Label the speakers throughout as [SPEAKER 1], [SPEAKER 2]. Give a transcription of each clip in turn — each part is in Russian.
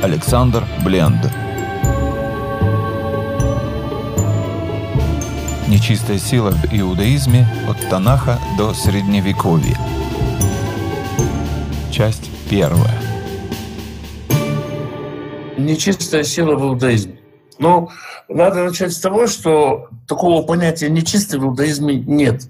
[SPEAKER 1] Александр Бленд. Нечистая сила в иудаизме от Танаха до Средневековья. Часть первая.
[SPEAKER 2] Нечистая сила в иудаизме. Ну, надо начать с того, что такого понятия нечистый в иудаизме нет.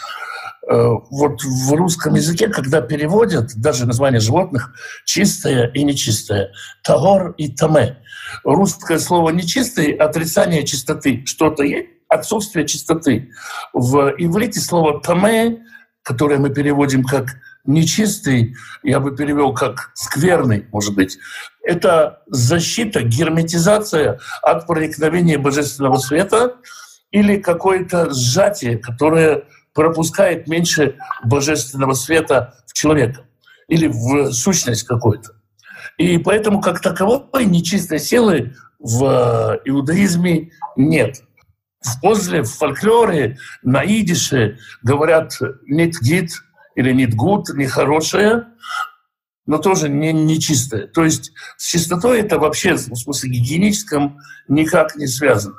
[SPEAKER 2] Вот в русском языке, когда переводят даже названия животных, чистое и нечистое, тагор и таме. Русское слово «нечистый» — отрицание чистоты. Что-то есть, отсутствие чистоты. В иврите слово «таме», которое мы переводим как «нечистый», я бы перевел как «скверный», может быть, это защита, герметизация от проникновения божественного света или какое-то сжатие, которое пропускает меньше божественного света в человека или в сущность какую-то. И поэтому как таковой нечистой силы в иудаизме нет. В фольклоре, на идише говорят «нит гид» или «нит гуд», «нехорошее», но тоже не нечистое. То есть с чистотой это вообще в смысле гигиеническом никак не связано.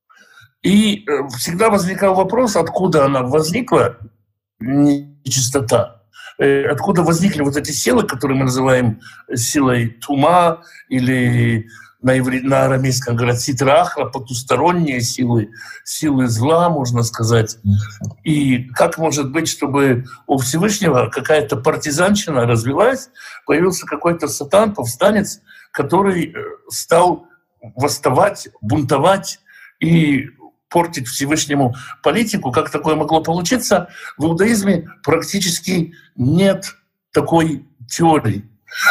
[SPEAKER 2] И всегда возникал вопрос, откуда она возникла, нечистота, откуда возникли вот эти силы, которые мы называем силой тума, или на арамейском говорят ситра-ахра, потусторонние силы, силы зла, можно сказать. И как может быть, чтобы у Всевышнего какая-то партизанщина развилась, появился какой-то сатан, повстанец, который стал восставать, бунтовать и портить Всевышнему политику, как такое могло получиться, в иудаизме практически нет такой теории.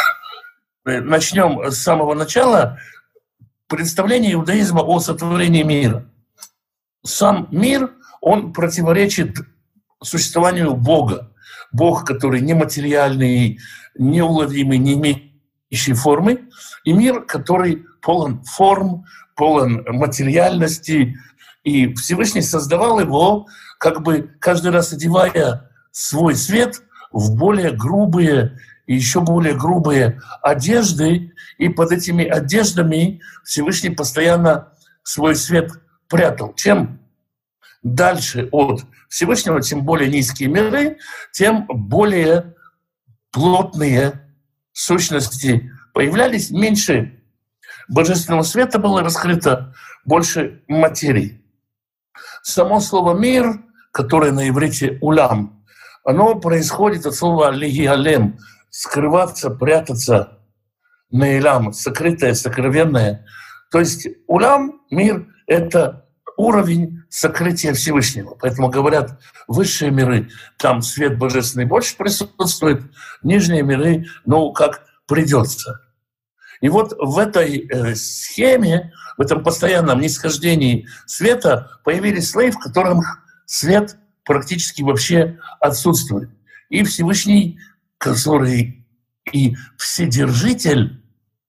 [SPEAKER 2] Начнем с самого начала. Представление иудаизма о сотворении мира. Сам мир, он противоречит существованию Бога. Бог, который нематериальный, неуловимый, не имеющий формы, и мир, который полон форм, полон материальности. И Всевышний создавал его, как бы каждый раз одевая свой свет в более грубые и еще более грубые одежды, и под этими одеждами Всевышний постоянно свой свет прятал. Чем дальше от Всевышнего, тем более низкие миры, тем более плотные сущности появлялись, меньше божественного света было раскрыто, больше материи. Само слово «мир», которое на иврите «улам», оно происходит от слова «лигиалем» — скрываться, прятаться, «нейлам» — сокрытое, сокровенное. То есть «улам», «мир» — это уровень сокрытия Всевышнего. Поэтому говорят, высшие миры, там свет божественный больше присутствует, нижние миры, ну, как придется. И вот в этой схеме, в этом постоянном нисхождении света появились слои, в которых свет практически вообще отсутствует. И Всевышний, который и Вседержитель,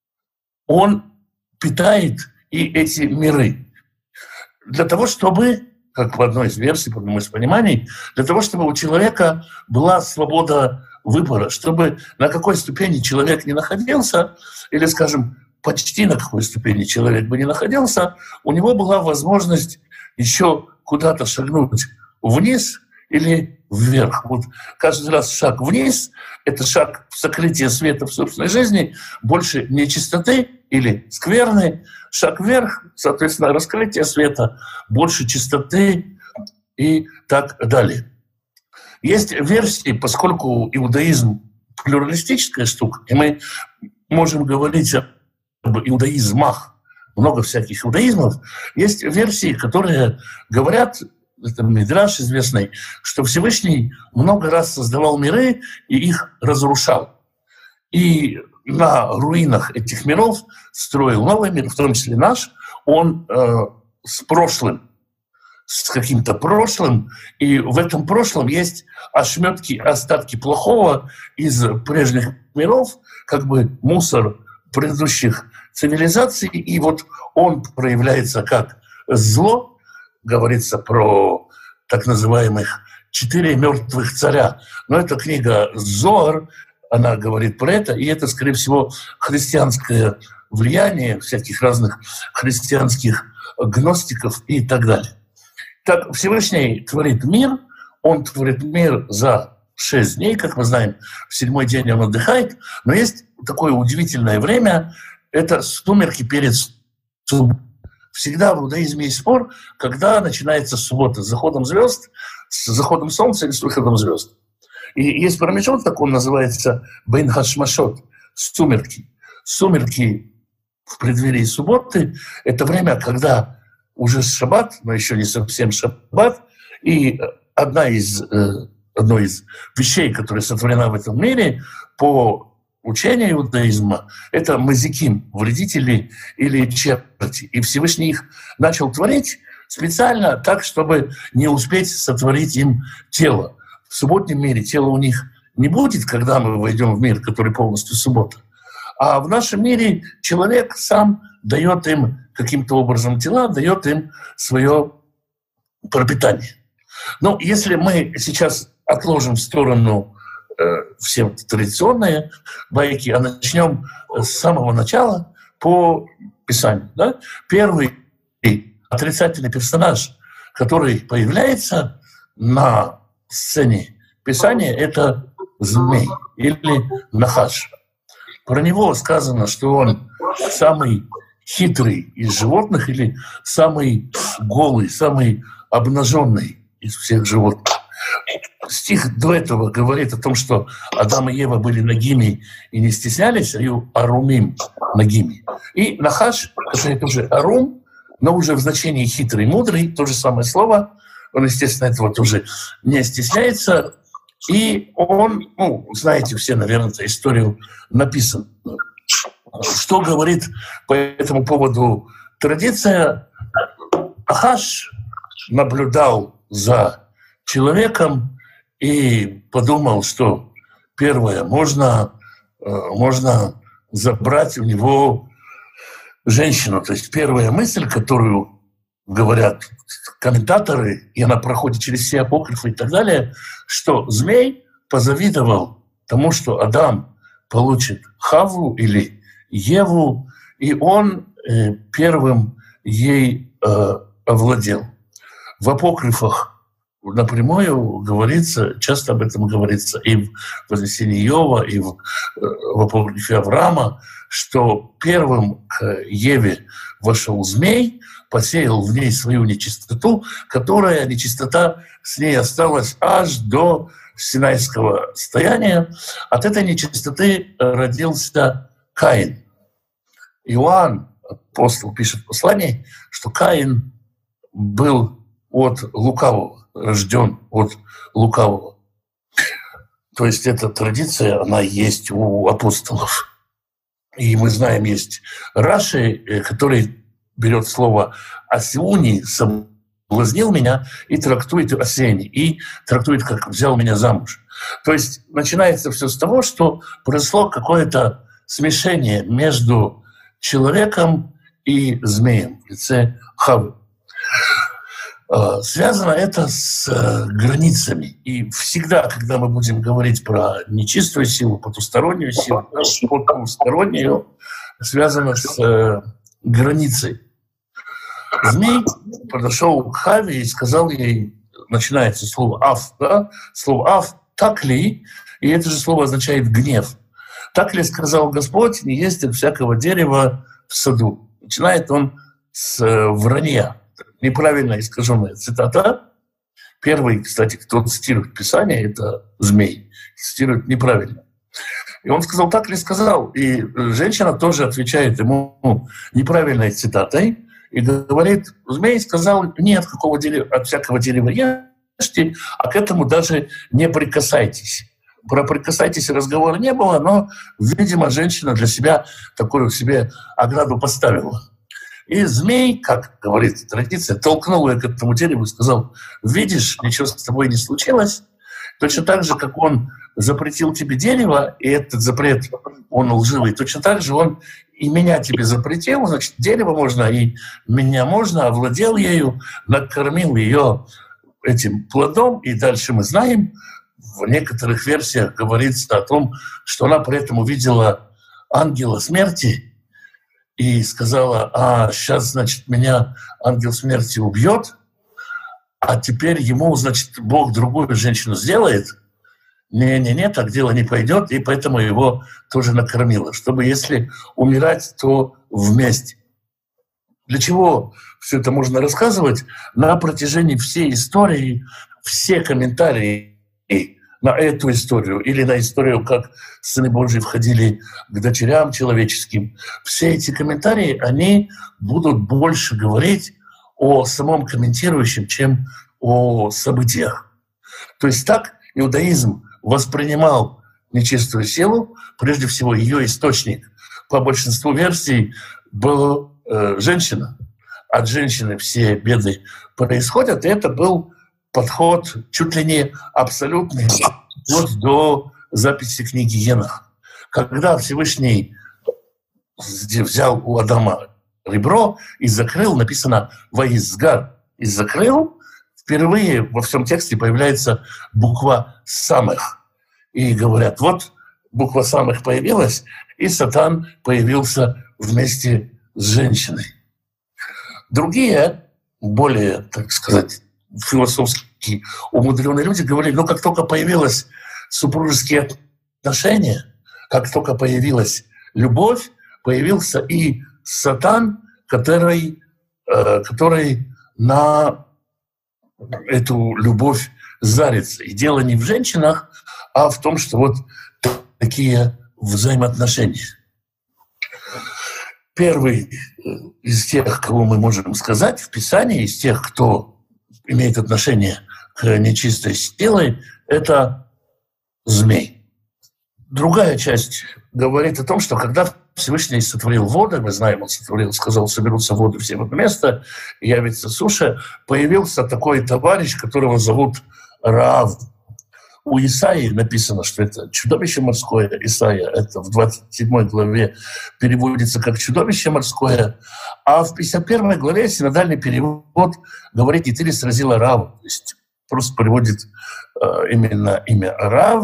[SPEAKER 2] он питает и эти миры. Для того, чтобы, как в одной из версий, по одному из пониманий, для того, чтобы у человека была свобода выбора, чтобы на какой ступени человек не находился, или, скажем, почти на какой ступени человек бы не находился, у него была возможность еще куда-то шагнуть вниз или вверх. Вот каждый раз шаг вниз — это шаг в сокрытие света в собственной жизни, больше нечистоты или скверны, шаг вверх, соответственно, раскрытие света, больше чистоты и так далее. Есть версии, поскольку иудаизм — плюралистическая штука, и мы можем говорить об иудаизмах, много всяких иудаизмов, есть версии, которые говорят, это Мидраш известный, что Всевышний много раз создавал миры и их разрушал. И на руинах этих миров строил новый мир, в том числе наш, он с прошлым, с каким-то прошлым, и в этом прошлом есть ошметки, остатки плохого из прежних миров, как бы мусор предыдущих цивилизаций, и вот он проявляется как зло, говорится про так называемых 4 мертвых царя. Но эта книга Зоар, она говорит про это, и это, скорее всего, христианское влияние всяких разных христианских гностиков и так далее. Так Всевышний творит мир, он творит мир за 6 дней, как мы знаем, в 7-й день он отдыхает, но есть такое удивительное время, это сумерки перед субботой. Всегда в иудаизме есть спор, когда начинается суббота, с заходом звезд, с заходом солнца или с выходом звезд. И есть промежуток, он называется бейн хашмашот, сумерки. Сумерки в преддверии субботы – это время, когда уже шаббат, но еще не совсем шаббат, и одно из вещей, которая сотворена в этом мире, по учению иудаизма, это мазиким, вредители или черти. И Всевышний их начал творить специально так, чтобы не успеть сотворить им тело. В субботнем мире тела у них не будет, когда мы войдем в мир, который полностью суббота. А в нашем мире человек сам дает им каким-то образом тела, дает им свое пропитание. Но если мы сейчас отложим в сторону все традиционные байки, а начнем с самого начала по Писанию. Да? Первый отрицательный персонаж, который появляется на сцене Писания, это змей или нахаш. Про него сказано, что он самый хитрый из животных или самый голый, самый обнаженный из всех животных. Стих до этого говорит о том, что Адам и Ева были нагими и не стеснялись, арумим нагими. И нахаш, который тоже арум, но уже в значении хитрый, мудрый, то же самое слово. Он, естественно, этого тоже не стесняется. И он, знаете все, наверное, эту историю написано. Что говорит по этому поводу традиция? Нахаш наблюдал за человеком и подумал, что первое, можно забрать у него женщину. То есть первая мысль, которую говорят комментаторы, и она проходит через все апокрифы и так далее, что змей позавидовал тому, что Адам получит Хавву или Еву, и он первым ей овладел. В апокрифах напрямую говорится, часто об этом говорится и в Вознесении Иова, и в апокрифе Авраама, что первым к Еве вошел змей, посеял в ней свою нечистоту, которая нечистота с ней осталась аж до Синайского стояния. От этой нечистоты родился Каин. Иоанн, апостол, пишет в послании, что Каин был от лукавого, рожден от лукавого. То есть эта традиция, она есть у апостолов. И мы знаем, есть Раши, который берет слово «асиуни», «соблазнил меня», и трактует «асени», и трактует как «взял меня замуж». То есть начинается все с того, что произошло какое-то смешение между человеком и змеем в лице Хаввы. Связано это с границами. И всегда, когда мы будем говорить про нечистую силу, потустороннюю силу, потустороннюю, связано с границей. Змей подошел к Хаве и сказал ей, начинается слово «аф», да? Слово «аф» «так ли», и это же слово означает «гнев». «Так ли, сказал Господь, не есть от всякого дерева в саду». Начинает он с вранья. Неправильно искаженная цитата. Первый, кстати, кто цитирует Писание, это змей. Цитирует неправильно. И он сказал, так ли сказал. И женщина тоже отвечает ему неправильной цитатой и говорит, змей сказал, нет, какого дерева, от всякого дерева ешьте, а к этому даже не прикасайтесь. Про «прикасайтесь» разговора не было, но, видимо, женщина для себя такую себе ограду поставила. И змей, как говорит традиция, толкнул ее к этому дереву и сказал, видишь, ничего с тобой не случилось. Точно так же, как он запретил тебе дерево, и этот запрет, он лживый, точно так же он и меня тебе запретил, значит, дерево можно, и меня можно, овладел ею, накормил ее этим плодом, и дальше мы знаем, в некоторых версиях говорится о том, что она при этом увидела ангела смерти и сказала: сейчас, значит, меня ангел смерти убьет, а теперь ему, значит, Бог другую женщину сделает. Не-не-не, так дело не пойдет, и поэтому его тоже накормила, чтобы, если умирать, то вместе. Для чего все это можно рассказывать? На протяжении всей истории все комментарии на эту историю или на историю, как сыны Божьи входили к дочерям человеческим, все эти комментарии, они будут больше говорить о самом комментирующем, чем о событиях. То есть так иудаизм воспринимал нечистую силу, прежде всего ее источник. По большинству версий была женщина. От женщины все беды происходят, и это был подход чуть ли не абсолютный, вплоть до записи книги Енох. Когда Всевышний взял у Адама ребро и закрыл, написано «Ваизгар», и закрыл, впервые во всем тексте появляется буква «самых». И говорят, вот буква «самых» появилась, и Сатан появился вместе с женщиной. Другие, более, так сказать, философски умудренные люди говорили, как только появились супружеские отношения, как только появилась любовь, появился и Сатан, который на эту любовь зарится. И дело не в женщинах, а в том, что вот такие взаимоотношения. Первый из тех, кого мы можем сказать в Писании, из тех, кто имеет отношение к нечистой силе, это змей. Другая часть говорит о том, что когда Всевышний сотворил воды, мы знаем, он сотворил, сказал, соберутся воды все в одно место, явится суша, появился такой товарищ, которого зовут Раав. У Исаии написано, что это чудовище морское. Исаия, это в 27 главе переводится как чудовище морское, а в 51 главе синодальный перевод говорит: «И ты ли сразила Раава». То есть просто переводит именно имя Раав.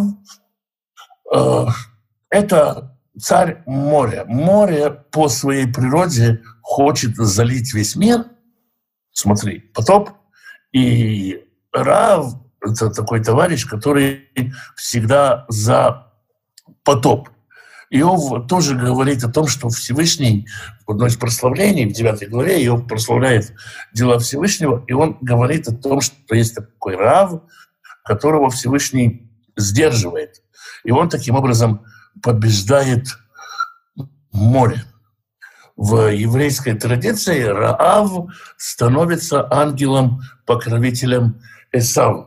[SPEAKER 2] Это царь моря. Море по своей природе хочет залить весь мир. Смотри, потоп. И Раав — это такой товарищ, который всегда за потоп. Иов тоже говорит о том, что Всевышний в одной из прославлений, в 9 главе, Иов прославляет дела Всевышнего, и он говорит о том, что есть такой Раав, которого Всевышний сдерживает. И он таким образом побеждает море. В еврейской традиции Раав становится ангелом-покровителем Эсава.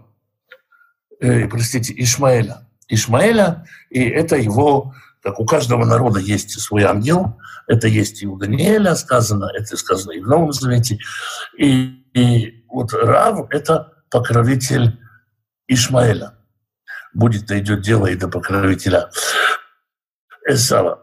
[SPEAKER 2] Ишмаэля, и это его, как у каждого народа есть свой ангел, это есть и у Даниэля сказано, это сказано и в Новом Завете, и вот Раав — это покровитель Ишмаэля. Будет дойдет дело и до покровителя Эсава.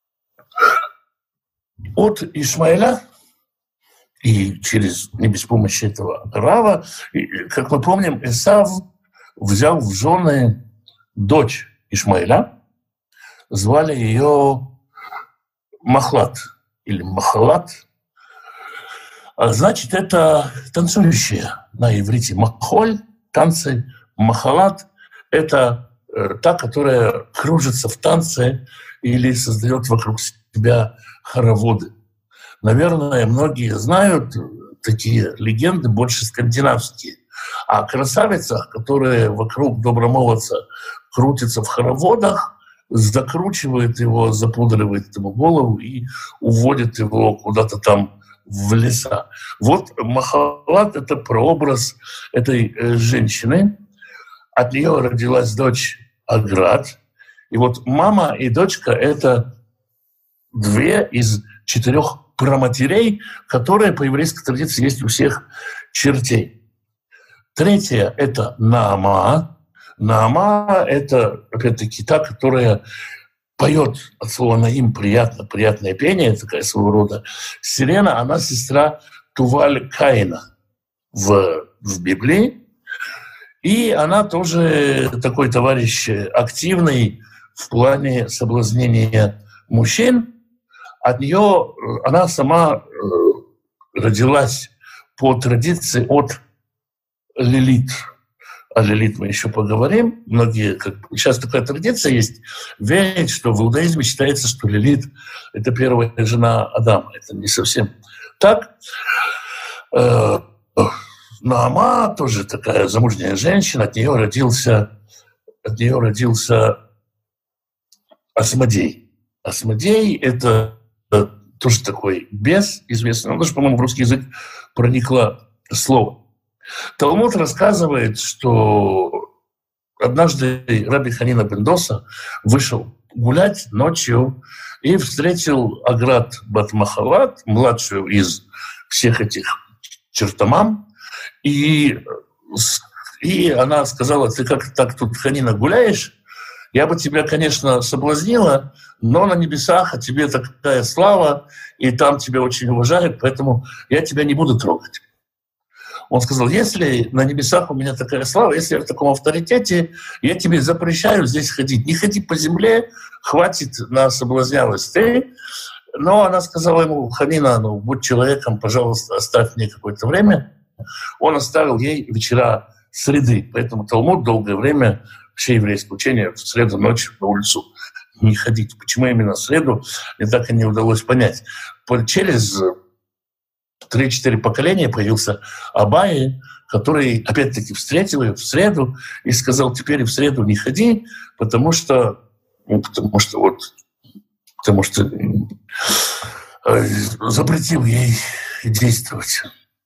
[SPEAKER 2] От Ишмаэля и не без помощи этого Рава, как мы помним, Эсав взял в жены дочь Ишмаэля, звали ее Махлат или Махалат. Значит, это танцующая на иврите. Махоль, танцы, Махалат — это та, которая кружится в танце или создает вокруг себя хороводы. Наверное, многие знают такие легенды, больше скандинавские. О красавицах, которые вокруг добромолодца крутятся в хороводах, закручивают его, запудривают ему голову и уводят его куда-то там в леса. Вот Махалат — это прообраз этой женщины. От нее родилась дочь Аград. И вот мама и дочка — это 2 из 4 праматерей, которые по еврейской традиции есть у всех чертей. 3 — это Наама. Наама — это, опять-таки, та, которая поет от слова «наим» приятное пение, такая своего рода сирена. Она сестра Туваль Каина в Библии. И она тоже такой товарищ активный в плане соблазнения мужчин. От нее она сама родилась по традиции от Лилит. О Лилит мы еще поговорим. Многие, сейчас такая традиция есть, верить, что в иудаизме считается, что Лилит — это первая жена Адама. Это не совсем так. Наама тоже такая замужняя женщина, от нее родился Асмодей. Асмодей — это тоже такой бес известный. Он даже, по-моему, в русский язык проникло слово. Талмуд рассказывает, что однажды Раби Ханина бен Доса вышел гулять ночью и встретил Аграт бат Махалат, младшую из всех этих чертомам, и она сказала: ты как так тут, Ханина, гуляешь? Я бы тебя, конечно, соблазнила, но на небесах о тебе такая слава, и там тебя очень уважают, поэтому я тебя не буду трогать. Он сказал: если на небесах у меня такая слава, если я в таком авторитете, я тебе запрещаю здесь ходить. Не ходи по земле, хватит, соблазнялась ты. Но она сказала ему: Ханина, будь человеком, пожалуйста, оставь мне какое-то время. Он оставил ей вечера среды. Поэтому Талмуд долгое время, все еврейское учение, в среду ночью на улицу не ходить. Почему именно в среду, мне так и не удалось понять. Через 3-4 поколения появился Абай, который опять-таки встретил ее в среду и сказал: теперь в среду не ходи, потому что запретил ей действовать.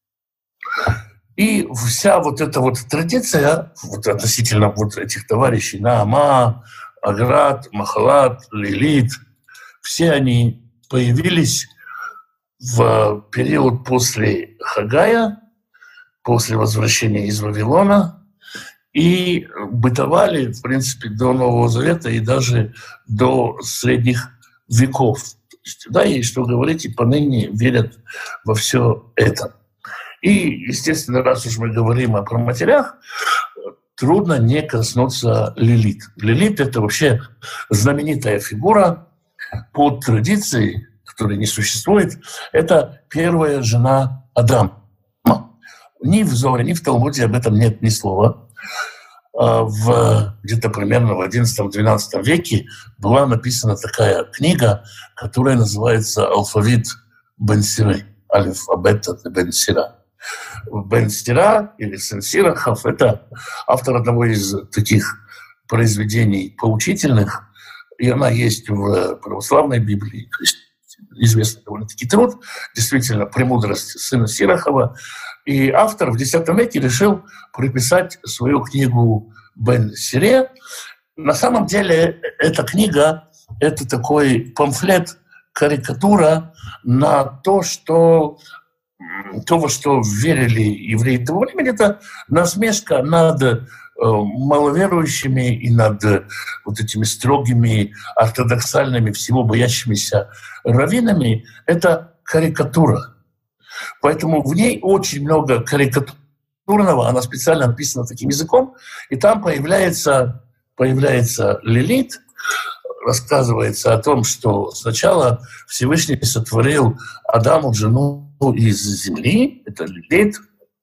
[SPEAKER 2] И вся вот эта вот традиция относительно этих товарищей Наама, Аграт, Махалат, Лилит, все они появились в период после Хагая, после возвращения из Вавилона, и бытовали, в принципе, до Нового Завета и даже до средних веков. Да, и что говорить, и поныне верят во все это. И, естественно, раз уж мы говорим о праматерях, трудно не коснуться Лилит. Лилит — это вообще знаменитая фигура по традиции, которая не существует. Это первая жена Адама. Ни в Зоре, ни в Талмуде об этом нет ни слова. Где-то примерно в XI-XII веке была написана такая книга, которая называется «Алфавит бен Сиры», «Алфавит бен Сира». Бен Сира или сын Сирахов — это автор одного из таких произведений поучительных, и она есть в православной Библии. То есть известный довольно-таки труд, действительно, «Премудрость сына Сирахова». И автор в X веке решил приписать свою книгу Бен Сире. На самом деле эта книга — это такой памфлет, карикатура на то, во что верили евреи того времени. Это насмешка над маловерующими и над вот этими строгими, ортодоксальными, всего боящимися раввинами. Это карикатура. Поэтому в ней очень много карикатурного, она специально написана таким языком, и там появляется Лилит, рассказывается о том, что сначала Всевышний сотворил Адаму жену из земли, это Лилит,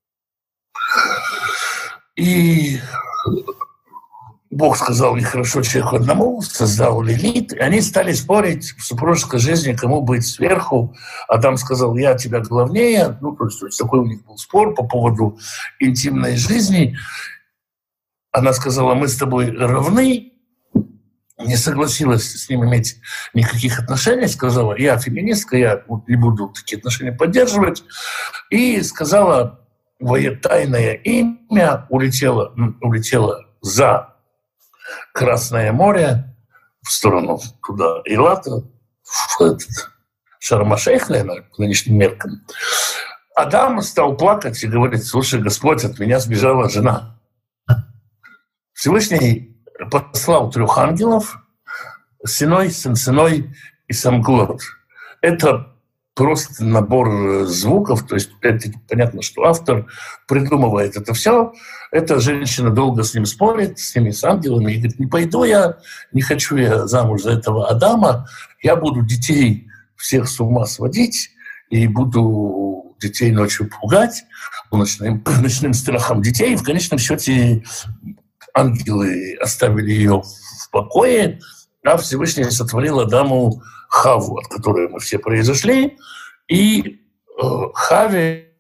[SPEAKER 2] и Бог сказал: нехорошо человеку одному, создал Лилит, и они стали спорить в супружеской жизни, кому быть сверху. Адам сказал: я тебя главнее. То есть такой у них был спор по поводу интимной жизни. Она сказала: мы с тобой равны. Не согласилась с ним иметь никаких отношений, сказала: я феминистка, я не буду такие отношения поддерживать. И сказала тайное имя, улетела за Красное море, в сторону туда Эйлата, в Шарм-эль-Шейх, наверное, по нынешним меркам. Адам стал плакать и говорит: слушай, Господь, от меня сбежала жена. Всевышний послал 3 ангелов, Синой, Сенсиной и Самглот. Это просто набор звуков, то есть это понятно, что автор придумывает это все. Эта женщина долго с ним спорит, с ними, с ангелами, и говорит, не пойду я, не хочу я замуж за этого Адама, я буду детей всех с ума сводить и буду детей ночью пугать ночным страхом детей. И в конечном счете ангелы оставили ее в покое, а Всевышний сотворил Адаму Хаву, от которой мы все произошли. И Хаве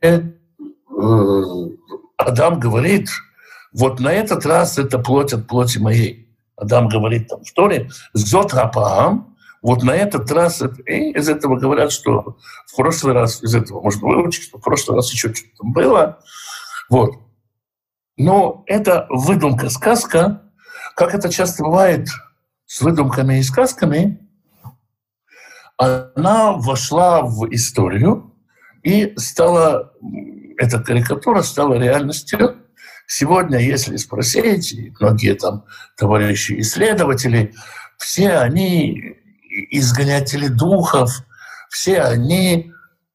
[SPEAKER 2] Адам говорит, вот на этот раз это плоть от плоти моей. Адам говорит там в Торе, «Зот хапаам», вот на этот раз, и из этого говорят, что в прошлый раз, из этого можно выучить, что в прошлый раз еще что-то там было. Вот. Но это выдумка, сказка, как это часто бывает с выдумками и сказками, она вошла в историю и стала, эта карикатура стала реальностью. Сегодня, если спросить, и многие там товарищи-исследователи, все они изгонятели духов, все они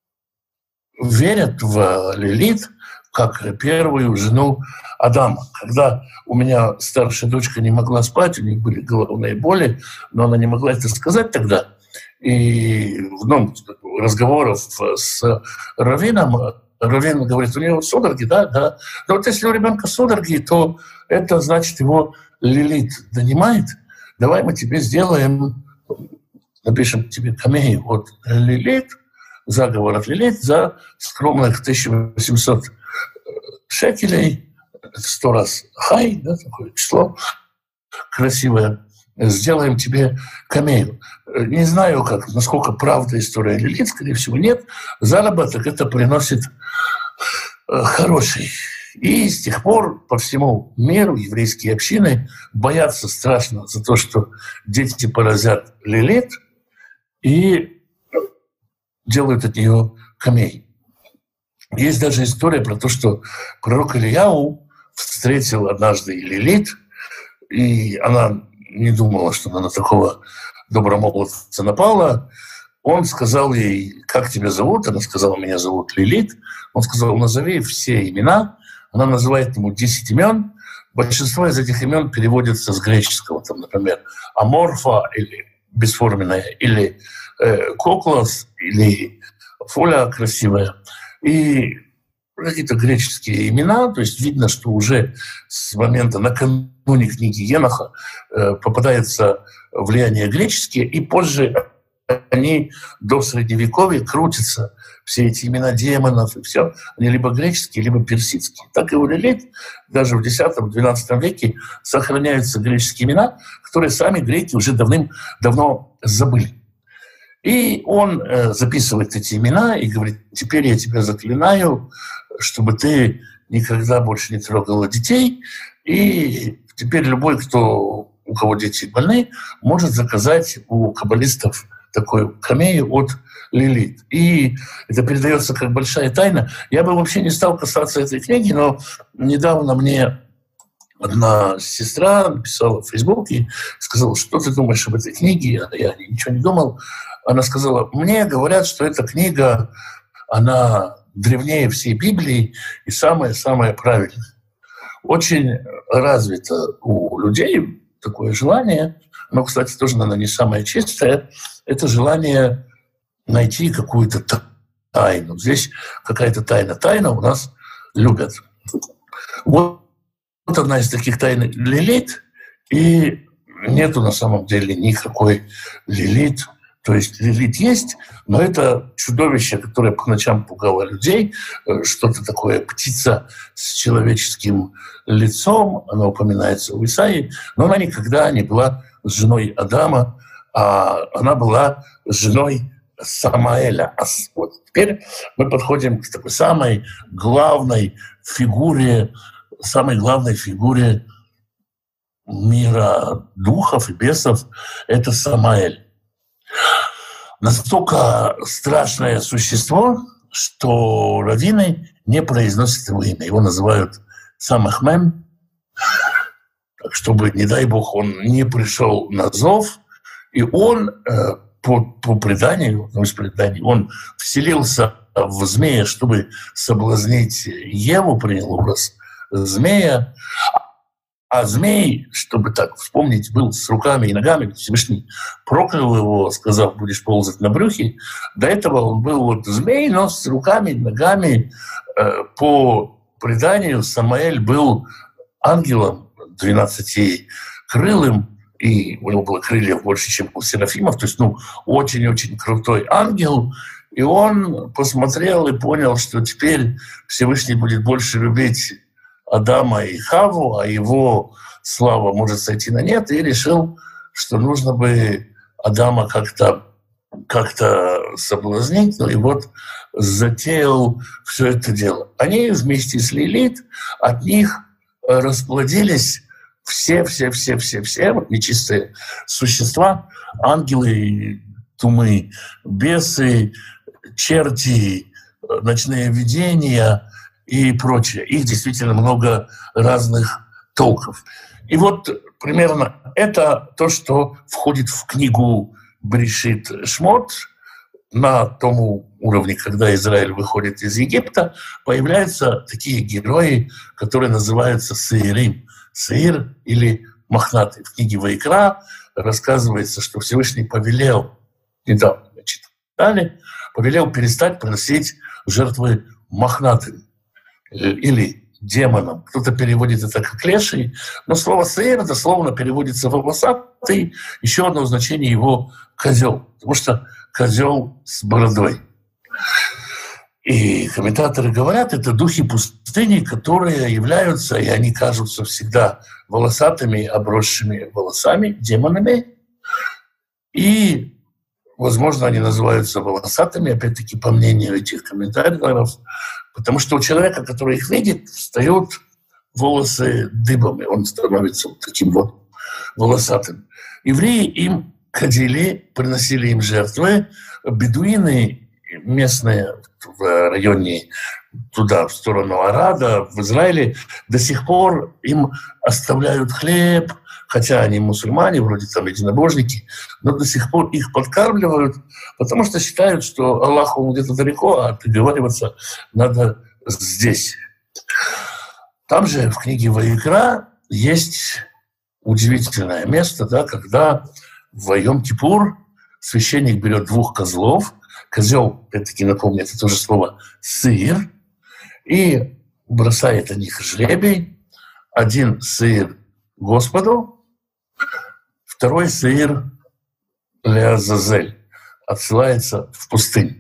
[SPEAKER 2] верят в Лилит как первую жену Адама. Когда у меня старшая дочка не могла спать, у них были головные боли, но она не могла это сказать тогда. И в одном разговорах с раввином, раввин говорит, у него судороги, да. Но вот если у ребенка судороги, то это значит, его Лилит донимает. Давай мы тебе сделаем, напишем тебе камею от Лилит, заговор от Лилит за скромных 1800 шекелей, 100 раз хай, да, такое число красивое, сделаем тебе камею. Не знаю, насколько правда история Лилит, скорее всего, нет. Заработок это приносит хороший. И с тех пор по всему миру еврейские общины боятся страшно за то, что дети поразят Лилит, и делают от нее камей. Есть даже история про то, что пророк Ильяу встретил однажды Лилит, и она не думала, что она на такого добромолодца напала. Он сказал ей, как тебя зовут? Она сказала, меня зовут Лилит. Он сказал, назови все имена. Она называет ему 10 имен. Большинство из этих имен переводятся с греческого, там, например, аморфа или бесформенная, или коклос, или фоля красивая. И какие-то греческие имена, то есть видно, что уже с момента накануне книги Еноха попадается влияние греческие, и позже они до Средневековья крутятся, все эти имена демонов и все, они либо греческие, либо персидские. Так и у Лилит даже в X-XII веке сохраняются греческие имена, которые сами греки уже давным-давно забыли. И он записывает эти имена и говорит, теперь я тебя заклинаю, чтобы ты никогда больше не трогала детей, и теперь любой, у кого дети больны, может заказать у каббалистов такую камею от Лилит. И это передается как большая тайна. Я бы вообще не стал касаться этой книги, но недавно мне одна сестра написала в Фейсбуке и сказала, что ты думаешь об этой книге? Я ничего не думал. Она сказала, мне говорят, что эта книга, она древнее всей Библии и самая-самая правильная. Очень развито у людей такое желание, но, кстати, тоже, наверное, не самое чистое, это желание найти какую-то тайну. Здесь какая-то тайна. Тайна у нас любят. Вот одна из таких тайн Лилит, и нету на самом деле никакой Лилит. То есть Лилит есть, но это чудовище, которое по ночам пугало людей, что-то такое, птица с человеческим лицом, она упоминается у Исаии, но она никогда не была женой Адама, а она была женой Самаэля. Вот теперь мы подходим к такой самой главной фигуре мира духов и бесов — это Самаэль. Настолько страшное существо, что раввины не произносят его имя. Его называют Самахмем, чтобы, не дай бог, он не пришел на зов. И он по преданию, ну, из преданий, он вселился в змея, чтобы соблазнить Еву, принял образ змея. А змей, чтобы так вспомнить, был с руками и ногами, Всевышний проклял его, сказав, будешь ползать на брюхе. До этого он был вот змей, но с руками и ногами. По преданию Самаэль был ангелом 12-крылым, и у него было крыльев больше, чем у серафимов, то есть, очень-очень крутой ангел. И он посмотрел и понял, что теперь Всевышний будет больше любить Адама и Хаву, а его слава может сойти на нет, и решил, что нужно бы Адама как-то соблазнить, и вот затеял все это дело. Они вместе с Лилит, от них расплодились все вот нечистые существа, ангелы, тумы, бесы, черти, ночные видения и прочее. Их действительно много разных толков. И вот примерно это то, что входит в книгу Брешит Шмот. На том уровне, когда Израиль выходит из Египта, появляются такие герои, которые называются Сеирим. Сеир или мохнатый. В книге Ваикра рассказывается, что Всевышний повелел, недавно мы читали, повелел перестать приносить жертвы мохнатым или демонам. Кто-то переводит это как леший, но слово «сеир» дословно переводится «волосатый». Еще одно значение его «козел», потому что козел с бородой. И комментаторы говорят, это духи пустыни, которые являются, и они кажутся всегда волосатыми, обросшими волосами, демонами. И, возможно, они называются волосатыми, опять-таки, по мнению этих комментаторов, потому что у человека, который их видит, встают волосы дыбом, и он становится вот таким вот волосатым. Евреи им ходили, приносили им жертвы. Бедуины местные в районе туда, в сторону Арада, в Израиле, до сих пор им оставляют хлеб, хотя они мусульмане, вроде там единобожники, но до сих пор их подкармливают, потому что считают, что Аллах, он где-то далеко, а договариваться надо здесь. Там же в книге Ваикра есть удивительное место, да, когда в Йом-Кипур священник берет 2 козлов, козел, опять-таки напомню, это тоже слово «сыр», и бросает на них жребий. 1 сыр Господу, 2 сыр Леазазель, отсылается в пустыню.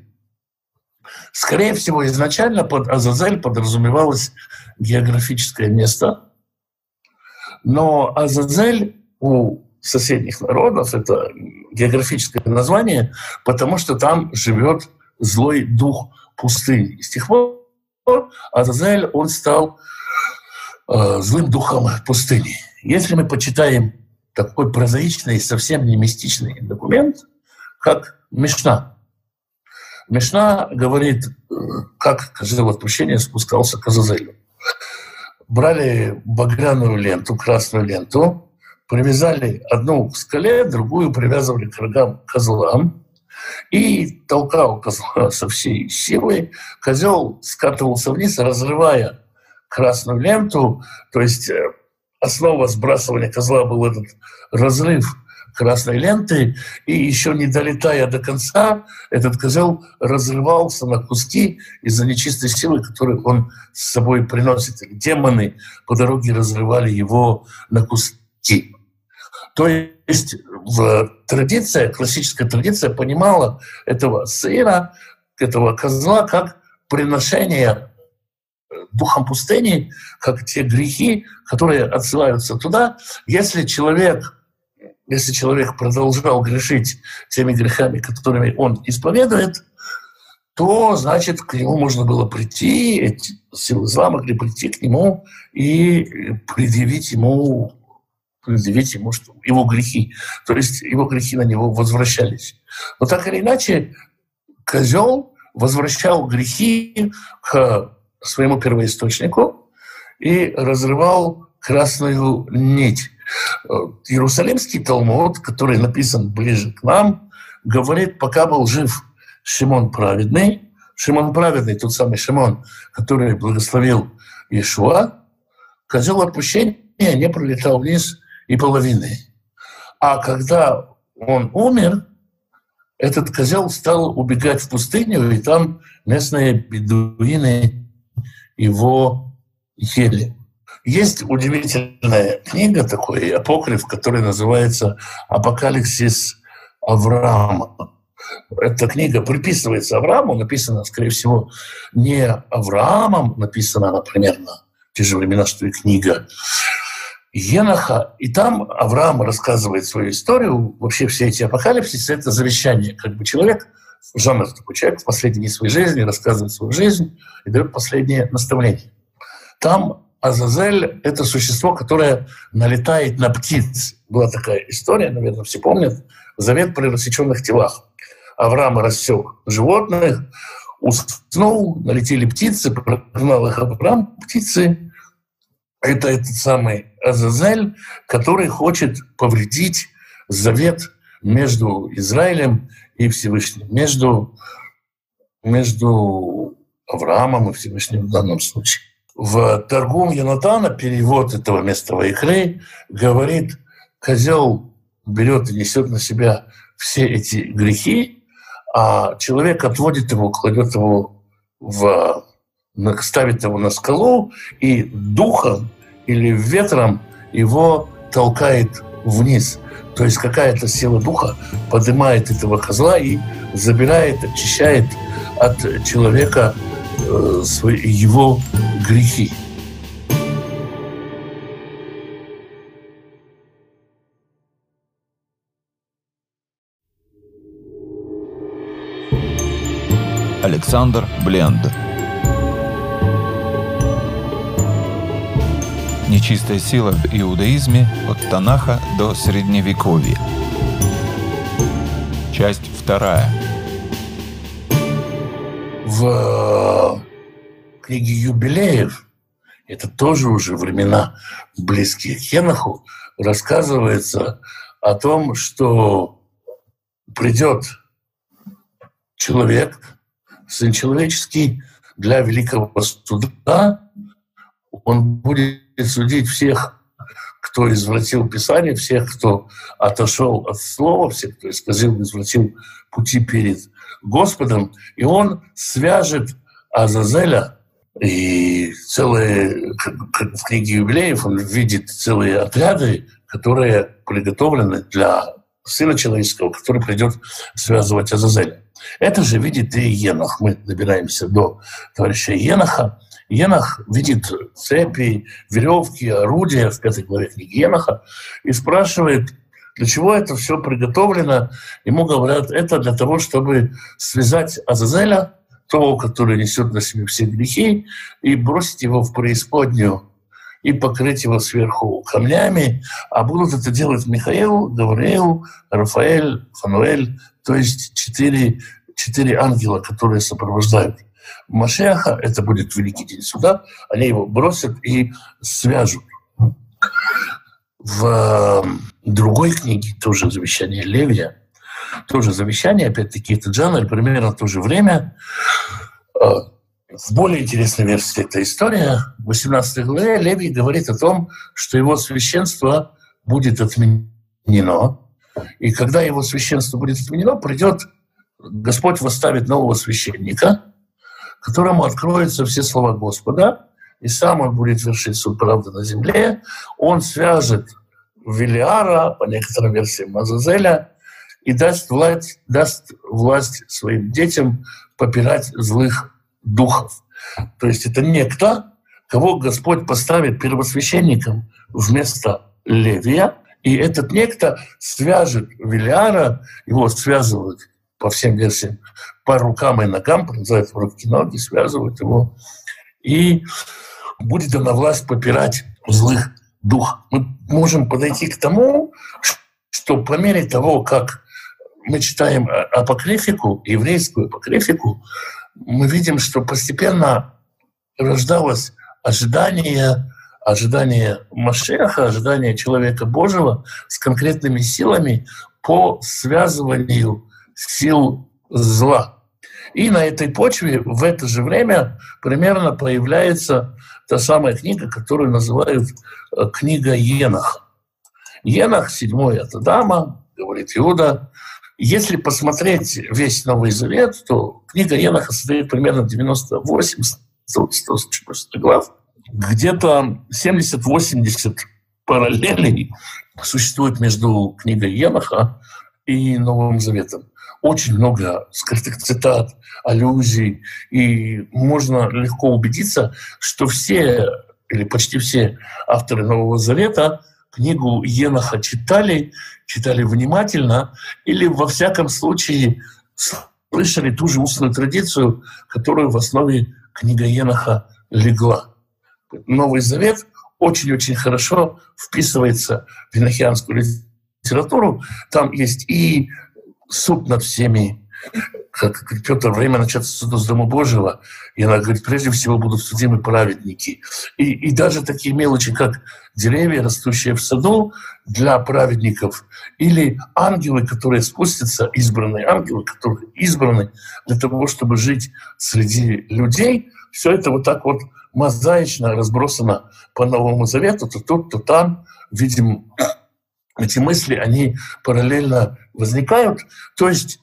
[SPEAKER 2] Скорее всего, изначально под Азазель подразумевалось географическое место, но Азазель у соседних народов — это географическое название, потому что там живет злой дух пустыни. И с тех пор Азазель, он стал злым духом пустыни. Если мы почитаем такой прозаичный, совсем не мистичный документ, как Мишна. Мишна говорит, как козел отпущения спускался к Азазелю. Брали багряную ленту, красную ленту, привязали одну к скале, другую привязывали к рогам козлам и толкал козла со всей силы. Козел скатывался вниз, разрывая красную ленту. То есть основа сбрасывания козла был этот разрыв красной ленты, и еще не долетая до конца, этот козел разрывался на куски из-за нечистой силы, которую он с собой приносит. Демоны по дороге разрывали его на куски. То есть классическая традиция понимала этого сыра, этого козла, как приношение духом пустыни, как те грехи, которые отсылаются туда. Если человек продолжал грешить теми грехами, которыми он исповедует, то, значит, к нему можно было прийти, эти силы зла могли прийти к нему и предъявить ему что его грехи. То есть его грехи на него возвращались. Но так или иначе, козел возвращал грехи к своему первоисточнику и разрывал красную нить. Иерусалимский Талмуд, который написан ближе к нам, говорит, пока был жив Шимон Праведный, тот самый Шимон, который благословил Иешуа, козел отпущения не пролетал вниз и половины. А когда он умер, этот козел стал убегать в пустыню, и там местные бедуины его ели. Есть удивительная книга, такой апокриф, который называется «Апокалипсис Авраама». Эта книга приписывается Аврааму, написана, скорее всего, не Авраамом, написана она примерно в те же времена, что и книга Еноха. И там Авраам рассказывает свою историю. Вообще все эти апокалипсисы — это завещание. Как бы человек, жанр такой человек в последней своей жизни рассказывает свою жизнь и дает последнее наставление. Там Азазель — это существо, которое налетает на птиц. Была такая история, наверное, все помнят, завет при рассеченных телах. Авраам рассек животных, уснул, налетели птицы, прогнал их Авраам, птицы. Это этот самый Азазель, который хочет повредить завет между Израилем и Всевышним, между Авраамом и Всевышним в данном случае. В Таргум Йонатана перевод этого места Ваикрей говорит, козел берет и несет на себя все эти грехи, а человек отводит его, кладет его ставит его на скалу и духом или ветром его толкает вниз. То есть какая-то сила духа поднимает этого козла и забирает, очищает от человека его грехи.
[SPEAKER 1] Александр Бленд. Нечистая сила в иудаизме от Танаха до Средневековья. Часть 2.
[SPEAKER 2] В книге Юбилеев, это тоже уже времена близкие к Еноху, рассказывается о том, что придет человек, Сын Человеческий, для великого суда. Он будет судить всех, кто извратил Писание, всех, кто отошел от слова, всех, кто исказил, извратил пути перед Господом. И он свяжет Азазеля, и целые, как в книге Юбилеев, он видит целые отряды, которые приготовлены для Сына Человеческого, который придет связывать Азазеля. Это же видит и Енох. Мы добираемся до товарища Еноха. Енох видит цепи, веревки, орудия в 5 главе книги Еноха и спрашивает, для чего это все приготовлено. Ему говорят, это для того, чтобы связать Азазеля, того, который несет на себе все грехи, и бросить его в преисподнюю, и покрыть его сверху камнями. А будут это делать Михаил, Гавриил, Рафаэль, Фануэль, то есть 4 ангела, которые сопровождают Машиаха. Это будет Великий день суда. Они его бросят и свяжут. В другой книге, тоже «Завещание Левия», тоже завещание, опять-таки, это жанр, примерно в то же время. В более интересной версии эта история. В 18 главе Левий говорит о том, что его священство будет отменено. И когда его священство будет отменено, придет Господь, восставит нового священника, которому откроются все слова Господа, и сам он будет вершить суд правды на земле. Он свяжет Велиара, по некоторым версиям Азазеля, и даст власть своим детям попирать злых духов. То есть это некто, кого Господь поставит первосвященником вместо Левия, и этот некто свяжет Велиара, его связывают по всем версиям по рукам и ногам, пронзают руки и ноги, связывают его, и будет дана власть попирать злых духов. Мы можем подойти к тому, что по мере того, как мы читаем апокрифику, еврейскую апокрифику, мы видим, что постепенно рождалось ожидание Машиаха, ожидание человека Божьего с конкретными силами по связыванию сил зла. И на этой почве в это же время примерно появляется та самая книга, которую называют книга Еноха. Енох, 7-й от Адама, говорит Иуда. Если посмотреть весь Новый Завет, то книга Еноха состоит примерно 98 глав. Где-то 70-80 параллелей существует между книгой Еноха и Новым Заветом. Очень много скрытых цитат, аллюзий, и можно легко убедиться, что все или почти все авторы Нового Завета книгу Еноха читали внимательно или, во всяком случае, слышали ту же устную традицию, которую в основе книга Еноха легла. Новый Завет очень-очень хорошо вписывается в енохианскую литературу. Там есть и суд над всеми, как Петр, время начаться суду с Дома Божьего, и она говорит, прежде всего будут судимы праведники. И даже такие мелочи, как деревья, растущие в саду для праведников, или ангелы, которые спустятся, избранные ангелы, которые избраны для того, чтобы жить среди людей, все это вот так вот мозаично разбросано по Новому Завету, то тут, то там. Видим, эти мысли, они параллельно возникают. То есть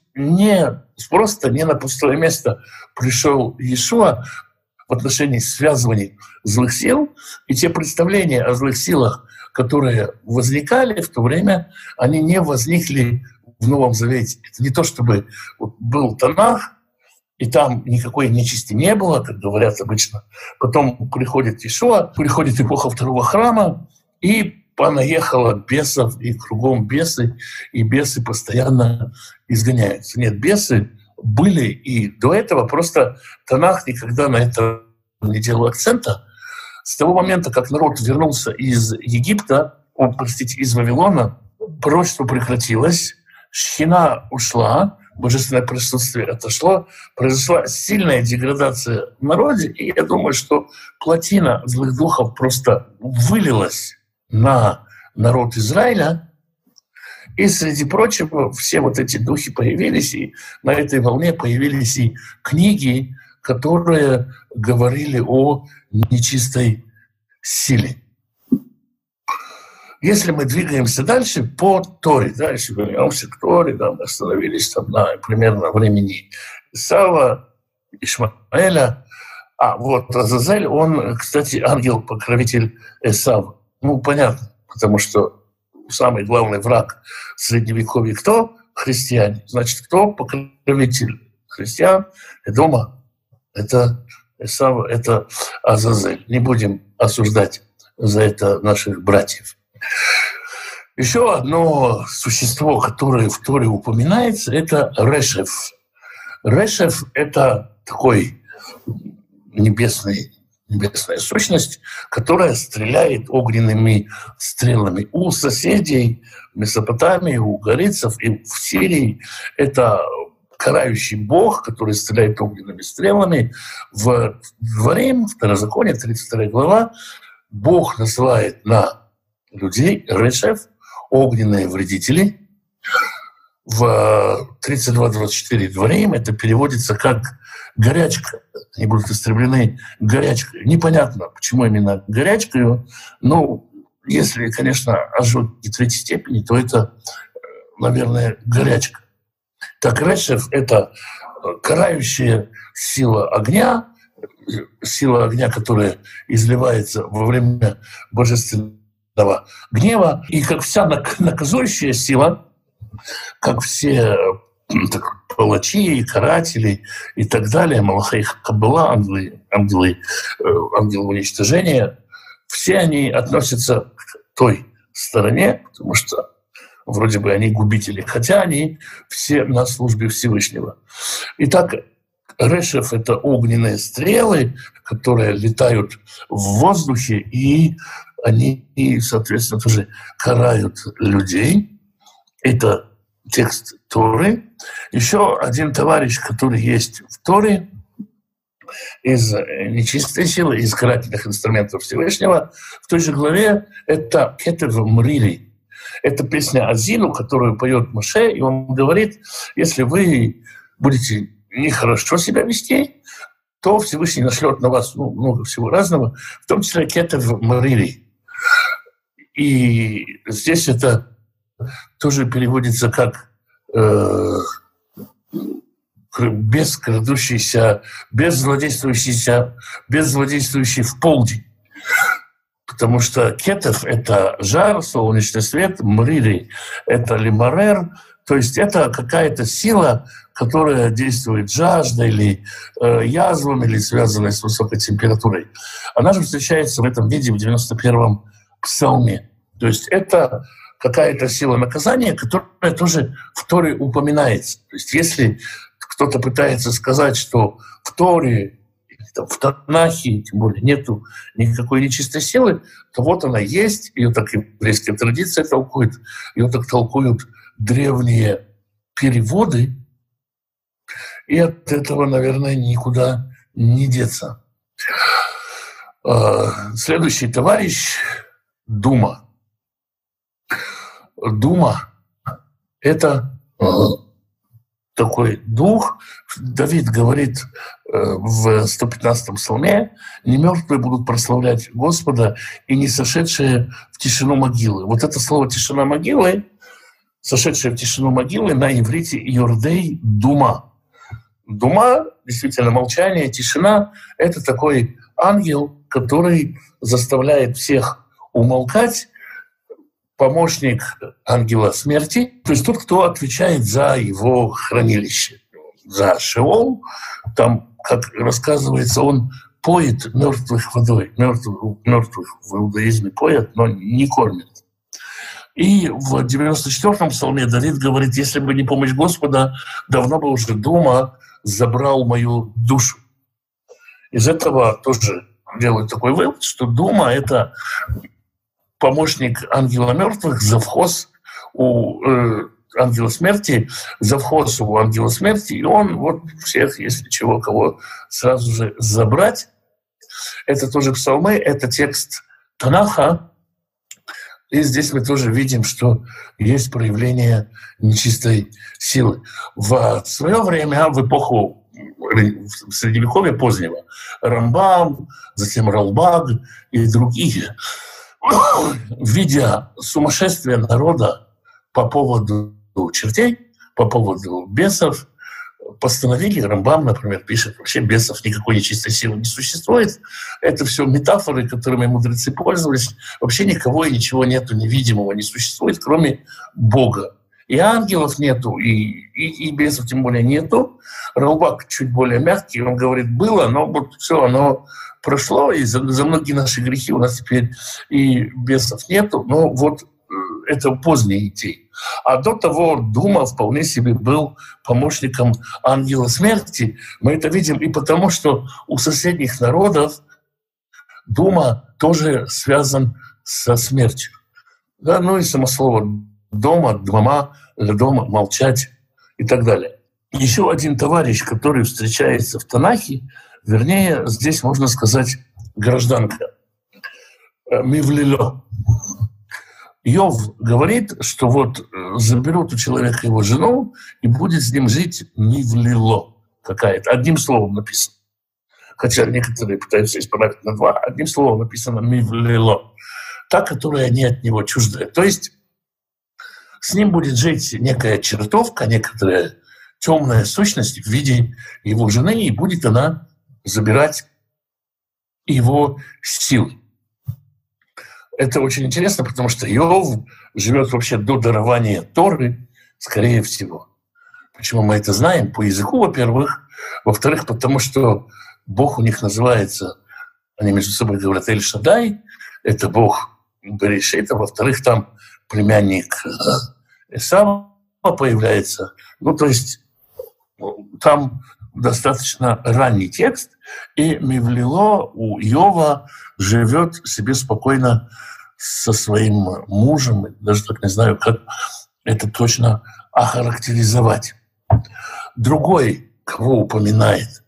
[SPEAKER 2] просто не на пустое место пришел Иешуа в отношении связывания злых сил, и те представления о злых силах, которые возникали в то время, они не возникли в Новом Завете. Это не то, чтобы был Танах, и там никакой нечисти не было, как говорят обычно. Потом приходит Иешуа, приходит эпоха второго храма, и понаехало бесов, и кругом бесы, и бесы постоянно изгоняются. Нет, бесы были и до этого, просто Танах никогда на это не делал акцента. С того момента, как народ вернулся из Египта, из Вавилона, пророчество прекратилось, шхина ушла, божественное присутствие отошло, произошла сильная деградация в народе, и я думаю, что плотина злых духов просто вылилась на народ Израиля, и, среди прочего, все вот эти духи появились, и на этой волне появились и книги, которые говорили о нечистой силе. Если мы двигаемся дальше по Торе, если вернемся к Торе, мы остановились там на примерно времени Исава, Ишмаэля, вот Азазель, он, кстати, ангел-покровитель Эсава. Понятно, потому что самый главный враг Средневековья кто? Христиане. Значит, кто покровитель христиан? Эдома. Это Эсав, это Азазель. Не будем осуждать за это наших братьев. Еще одно существо, которое в Торе упоминается, это Решев. Решев — это такой небесная сущность, которая стреляет огненными стрелами. У соседей в Месопотамии, у горицев и в Сирии это карающий бог, который стреляет огненными стрелами. В Дворим, Второзаконие, 32 глава, Бог насылает на людей Решев, огненные вредители. В 32-24 Дворим это переводится как горячка. Они будут истреблены горячкой. Непонятно, почему именно горячкой. Если, конечно, ожоги третьей степени, то это, наверное, горячка. Так, Решев — это карающая сила огня, которая изливается во время божественного гнева. И как вся наказующая сила, как все палачи, каратели и так далее, Малахей Хаббала, ангелы уничтожения, все они относятся к той стороне, потому что вроде бы они губители, хотя они все на службе Всевышнего. Итак, Решев — это огненные стрелы, которые летают в воздухе, и они, соответственно, тоже карают людей. Это текст Торы. Еще один товарищ, который есть в Торе, из нечистой силы, из карательных инструментов Всевышнего, в той же главе это Кетев Мрили. Это песня Азину, которую поет Моше, и он говорит, если вы будете нехорошо себя вести, то Всевышний нашлет на вас много всего разного, в том числе кетев марири. И здесь это тоже переводится как бескрадущийся, беззлодействующий в полдень. Потому что кетев — это жар, солнечный свет, мрири — это лимарер, то есть это какая-то сила, которая действует жаждой или язвами, или связанной с высокой температурой. Она же встречается в этом виде в 91-м псалме. То есть это какая-то сила наказания, которая тоже в Торе упоминается. То есть если кто-то пытается сказать, что в Торе, в Танахе, тем более, нету никакой нечистой силы, то вот она есть, ее так еврейская традиция толкует, ее так толкуют древние переводы, и от этого, наверное, никуда не деться. Следующий товарищ — Дума. Дума — это такой дух. Давид говорит в 115-м псалме: «Не мертвые будут прославлять Господа, и не сошедшие в тишину могилы». Вот это слово «тишина могилы», сошедшие в тишину могилы, на иврите «йордей дума». Дума, действительно, молчание, тишина — это такой ангел, который заставляет всех умолкать, помощник ангела смерти, то есть тот, кто отвечает за его хранилище, за Шеол. Там, как рассказывается, он поет мертвых водой. Мертвых в иудаизме поет, но не кормит. И в 94-м псалме Давид говорит: если бы не помощь Господа, давно бы уже Дума забрал мою душу. Из этого тоже делают такой вывод, что Дума — это помощник ангела мертвых, завхоз у ангела смерти, завхоз у ангела смерти, и он вот всех, если чего, кого сразу же забрать. Это тоже псалмы, это текст Танаха, и здесь мы тоже видим, что есть проявление нечистой силы. В свое время, в эпоху Средневековья позднего, Рамбам, затем Ралбаг и другие, видя сумасшествие народа по поводу чертей, по поводу бесов, постановили, Рамбам, например, пишет, вообще бесов никакой нечистой силы не существует. Это все метафоры, которыми мудрецы пользовались. Вообще никого и ничего нету невидимого не существует, кроме Бога. И ангелов нету, и бесов тем более нету. Ралбак чуть более мягкий, он говорит, было, но вот все, оно прошло, и за многие наши грехи у нас теперь и бесов нету. Но вот это поздние идеи. А до того Дума вполне себе был помощником ангела смерти. Мы это видим и потому, что у соседних народов Дума тоже связан со смертью. Да, ну и само слово «дома», «двома», «дома», «молчать» и так далее. Еще один товарищ, который встречается в Танахе, вернее, здесь можно сказать гражданка. Мивлило. Йов говорит, что вот заберут у человека его жену и будет с ним жить мивлило какая-то. Одним словом написано. Хотя некоторые пытаются исправить на два. Одним словом написано мивлило. Та, которая не от него чуждая. То есть с ним будет жить некая чертовка, некоторая темная сущность в виде его жены, и будет она забирать его силы. Это очень интересно, потому что Иов живет вообще до дарования Торы, скорее всего. Почему мы это знаем? По языку, во-первых. Во-вторых, потому что Бог у них называется, они между собой говорят Эль-Шадай, это Бог Берешит, а во-вторых, там племянник Эсава появляется. Ну, то есть там достаточно ранний текст, и Мивлило у Иова живет себе спокойно со своим мужем. Даже так не знаю, как это точно охарактеризовать. Другой, кого упоминает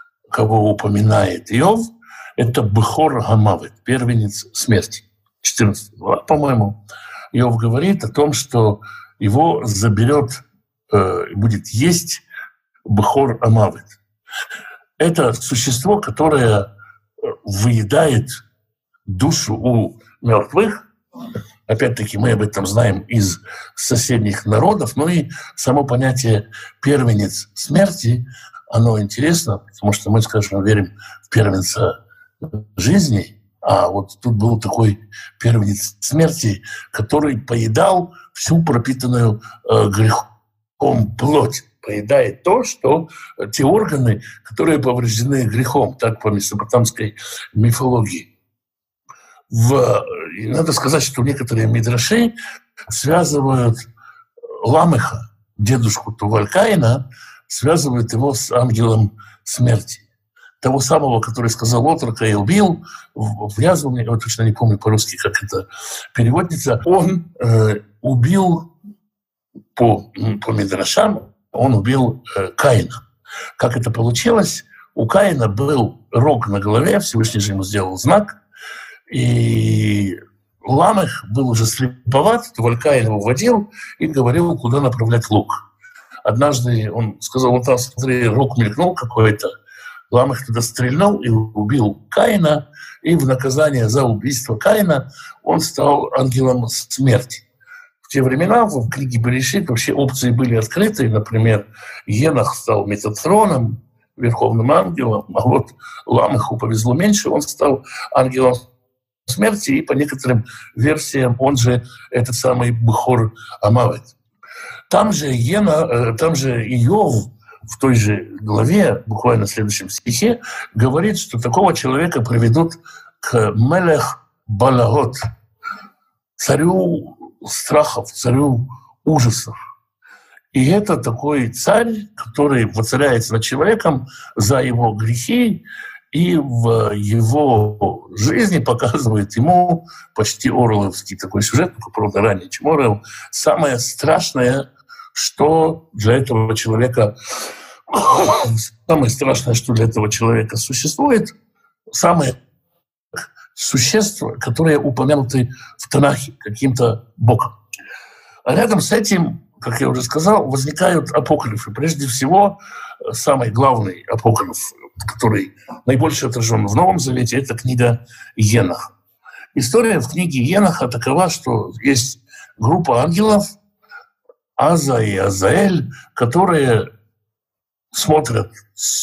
[SPEAKER 2] Иов, это Бехор Гамавет, первенец смерти. 14 глава, по-моему. Иов говорит о том, что его заберет, будет есть Бехор Амавит. Это существо, которое выедает душу у мертвых. Опять-таки мы об этом знаем из соседних народов. Ну и само понятие «первенец смерти», оно интересно, потому что мы, скажем, верим в первенца жизни, а вот тут был такой первенец смерти, который поедал всю пропитанную грехом плоть. Поедает то, что те органы, которые повреждены грехом, так по месопотамской мифологии. И надо сказать, что некоторые мидраши связывают Ламеха, дедушку Туваль-Каина, связывают его с ангелом смерти. Того самого, который сказал отрока и убил, в язву, я точно не помню по-русски, как это переводится, он убил по мидрашам, он убил Каина. Как это получилось? У Каина был рог на голове, Всевышний же ему сделал знак, и Ламех был уже слеповат, Туваль-Каин его водил и говорил, куда направлять лук. Однажды он сказал, вот там, смотри, рог мелькнул какой-то, Ламех туда стрельнул и убил Каина, и в наказание за убийство Каина он стал ангелом смерти. В те времена в книге Берешит вообще опции были открыты. Например, Енох стал Метатроном, верховным ангелом, а вот Ламеху повезло меньше, он стал ангелом смерти, и по некоторым версиям он же этот самый Бехор Амавит. Там же Иов в той же главе, буквально в следующем стихе, говорит, что такого человека приведут к Мелех Балагот, царю страхов, царю ужасов. И это такой царь, который воцаряется над человеком за его грехи, и в его жизни показывает ему почти оруэлловский такой сюжет, только, правда, ранее, чем Оруэлл, самое страшное, что для этого человека существует, самое существо, которое упомянуто в Танахе каким-то боком. А рядом с этим, как я уже сказал, возникают апокрифы. Прежде всего, самый главный апокриф, который наибольше отражен в Новом Завете, это книга Еноха. История в книге Еноха такова, что есть группа ангелов, Аза и Азаэль, которые смотрят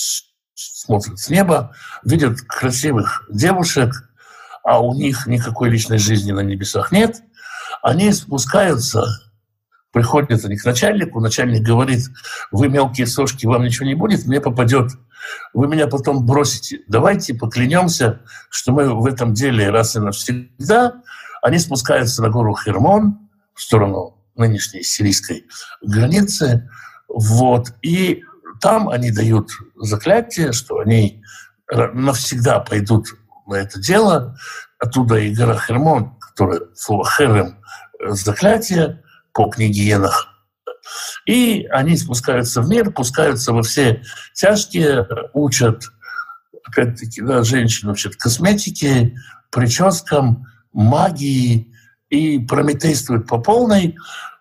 [SPEAKER 2] с неба, видят красивых девушек, а у них никакой личной жизни на небесах нет. Они спускаются, приходят они к начальнику, начальник говорит: вы мелкие сошки, вам ничего не будет, мне попадет. Вы меня потом бросите. Давайте поклянемся, что мы в этом деле раз и навсегда. Они спускаются на гору Хермон в сторону нынешней сирийской границы. Вот. И там они дают заклятие, что они навсегда пойдут на это дело. Оттуда и гора Хермон, которая слово «херем» — заклятие по книге Еноха. И они спускаются в мир, пускаются во все тяжкие, учат, опять-таки, да, женщин учат косметике, прическам, магии, и прометействуют по полной.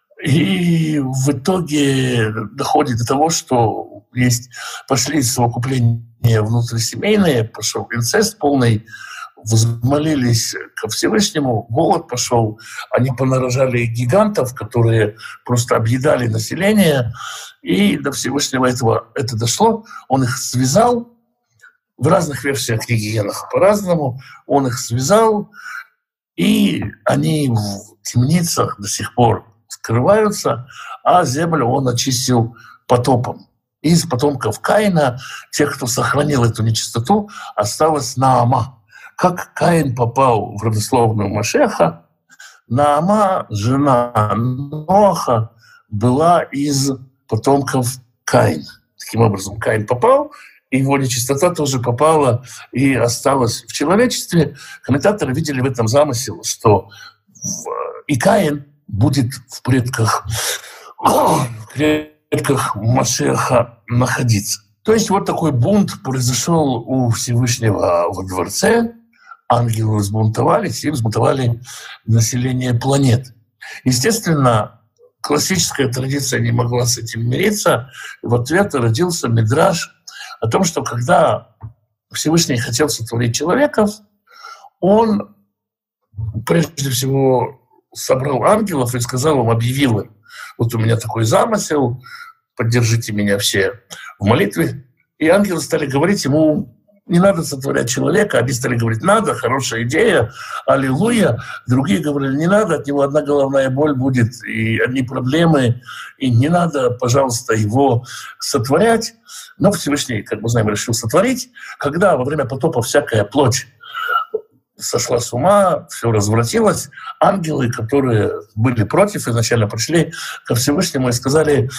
[SPEAKER 2] И в итоге доходит до того, что пошли совокупления внутрисемейные, пошел инцест полный, взмолились ко Всевышнему, голод пошел, они понарожали гигантов, которые просто объедали население, и до Всевышнего это дошло. Он их связал, в разных версиях книги Еноха по-разному, он их связал, и они в темницах до сих пор скрываются, а землю он очистил потопом. Из потомков Каина, тех, кто сохранил эту нечистоту, осталась Наама. Как Каин попал в родословную Машеха, Наама, жена Ноаха, была из потомков Каина. Таким образом, Каин попал, и его нечистота тоже попала и осталась в человечестве. Комментаторы видели в этом замысел, что и Каин будет в предках Машеха находиться. То есть вот такой бунт произошел у Всевышнего во дворце. Ангелы взбунтовались и взбунтовали население планеты. Естественно, классическая традиция не могла с этим мириться. И в ответ родился мидраш о том, что когда Всевышний хотел сотворить человеков, он прежде всего собрал ангелов и сказал им, объявил им: вот у меня такой замысел, поддержите меня все в молитве. И ангелы стали говорить ему: не надо сотворять человека. Одни стали говорить: надо, хорошая идея, аллилуйя. Другие говорили: не надо, от него одна головная боль будет, и одни проблемы, и не надо, пожалуйста, его сотворять. Но Всевышний, как мы знаем, решил сотворить. Когда во время потопа всякая плоть сошла с ума, все развратилось, ангелы, которые были против, изначально пришли ко Всевышнему и сказали: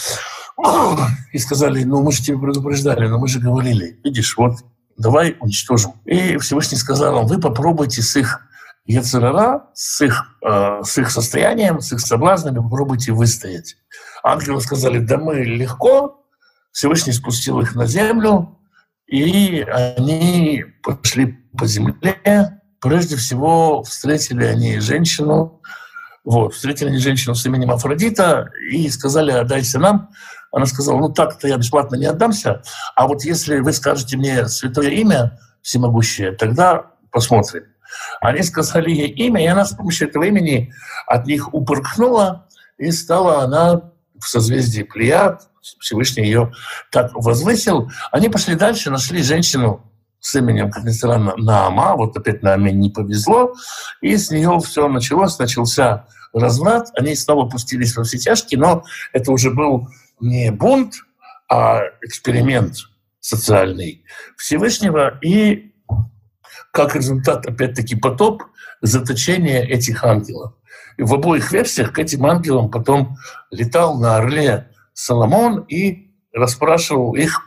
[SPEAKER 2] ну мы же тебе предупреждали, но мы же говорили, видишь, вот давай уничтожим. И Всевышний сказал им: вы попробуйте с их йецер ара, с их состоянием, с их соблазнами, попробуйте выстоять. Ангелы сказали: да мы легко. Всевышний спустил их на землю, и они пошли по земле. Прежде всего встретили они женщину, встретили они женщину с именем Афродита и сказали: отдайся нам. Она сказала: ну так-то я бесплатно не отдамся, а вот если вы скажете мне святое имя всемогущее, тогда посмотрим. Они сказали ей имя, и она с помощью этого имени от них упорхнула, и стала она в созвездии Плеяд. Всевышний ее так возвысил. Они пошли дальше, нашли женщину с именем, как ни странно, Наама. Вот опять Нааме не повезло. И с нее все началось, начался разврат. Они снова пустились во все тяжкие, но это уже был не бунт, а эксперимент социальный Всевышнего. И как результат, опять-таки, потоп, заточение этих ангелов. И в обоих версиях к этим ангелам потом летал на орле Соломон и расспрашивал их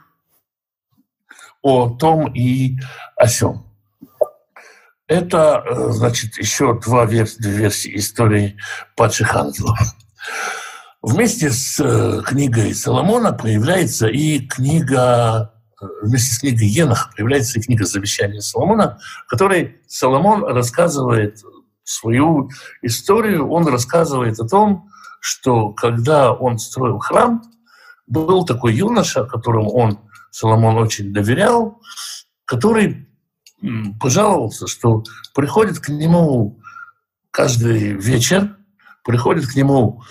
[SPEAKER 2] о том и о сём. Это, значит, еще две версии истории падших ангелов. Вместе с книгой Соломона появляется и книга, вместе с книгой Еноха появляется и книга «Завещание Соломона», в которой Соломон рассказывает свою историю. Он рассказывает о том, что когда он строил храм, был такой юноша, которому Соломон очень доверял, который пожаловался, что приходит к нему каждый вечер, приходит к нему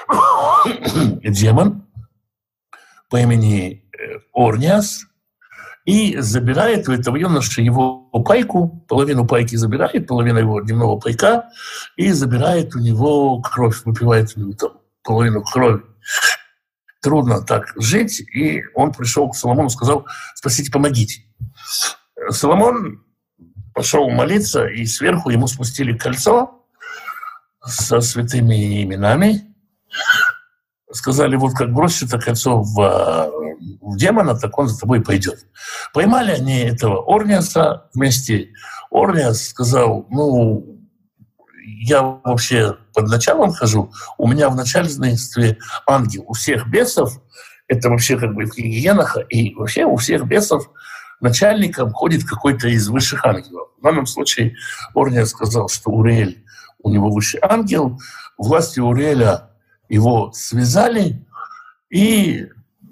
[SPEAKER 2] демон по имени Орниас и забирает у этого юноши его пайку, половину пайки забирает, половину его дневного пайка, и забирает у него кровь, выпивает у него там половину крови. Трудно так жить, и он пришел к Соломону, сказал: спасите, помогите. Соломон пошел молиться, и сверху ему спустили кольцо со святыми именами. Сказали: вот как бросишь это кольцо в демона, так он за тобой пойдет. Поймали они этого Орниаса вместе. Орниас сказал: ну, я вообще под началом хожу, у меня в начальстве ангел. У всех бесов, это вообще как бы в книге Еноха, и вообще у всех бесов начальником ходит какой-то из высших ангелов. В данном случае Орниас сказал, что Уриэль у него высший ангел, власти Уриэля его связали, и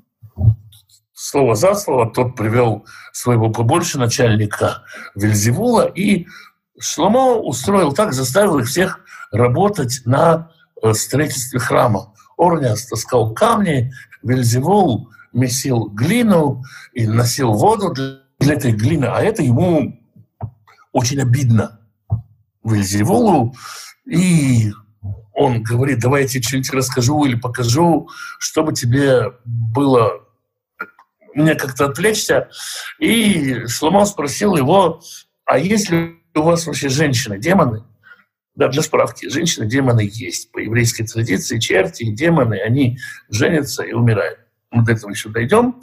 [SPEAKER 2] слово за слово тот привел своего побольше начальника Вельзевула, и Шломо устроил так, заставил их всех работать на строительстве храма. Орниас таскал камни, Вельзевул месил глину и носил воду для этой глины, а это ему очень обидно, Вельзевулу, и он говорит: давай я тебе что-нибудь расскажу или покажу, чтобы тебе было мне как-то отвлечься. И Шломо спросил его: а есть ли у вас вообще женщины-демоны? Да, для справки, женщины-демоны есть. По еврейской традиции черти и демоны, они женятся и умирают. Мы до этого еще дойдем.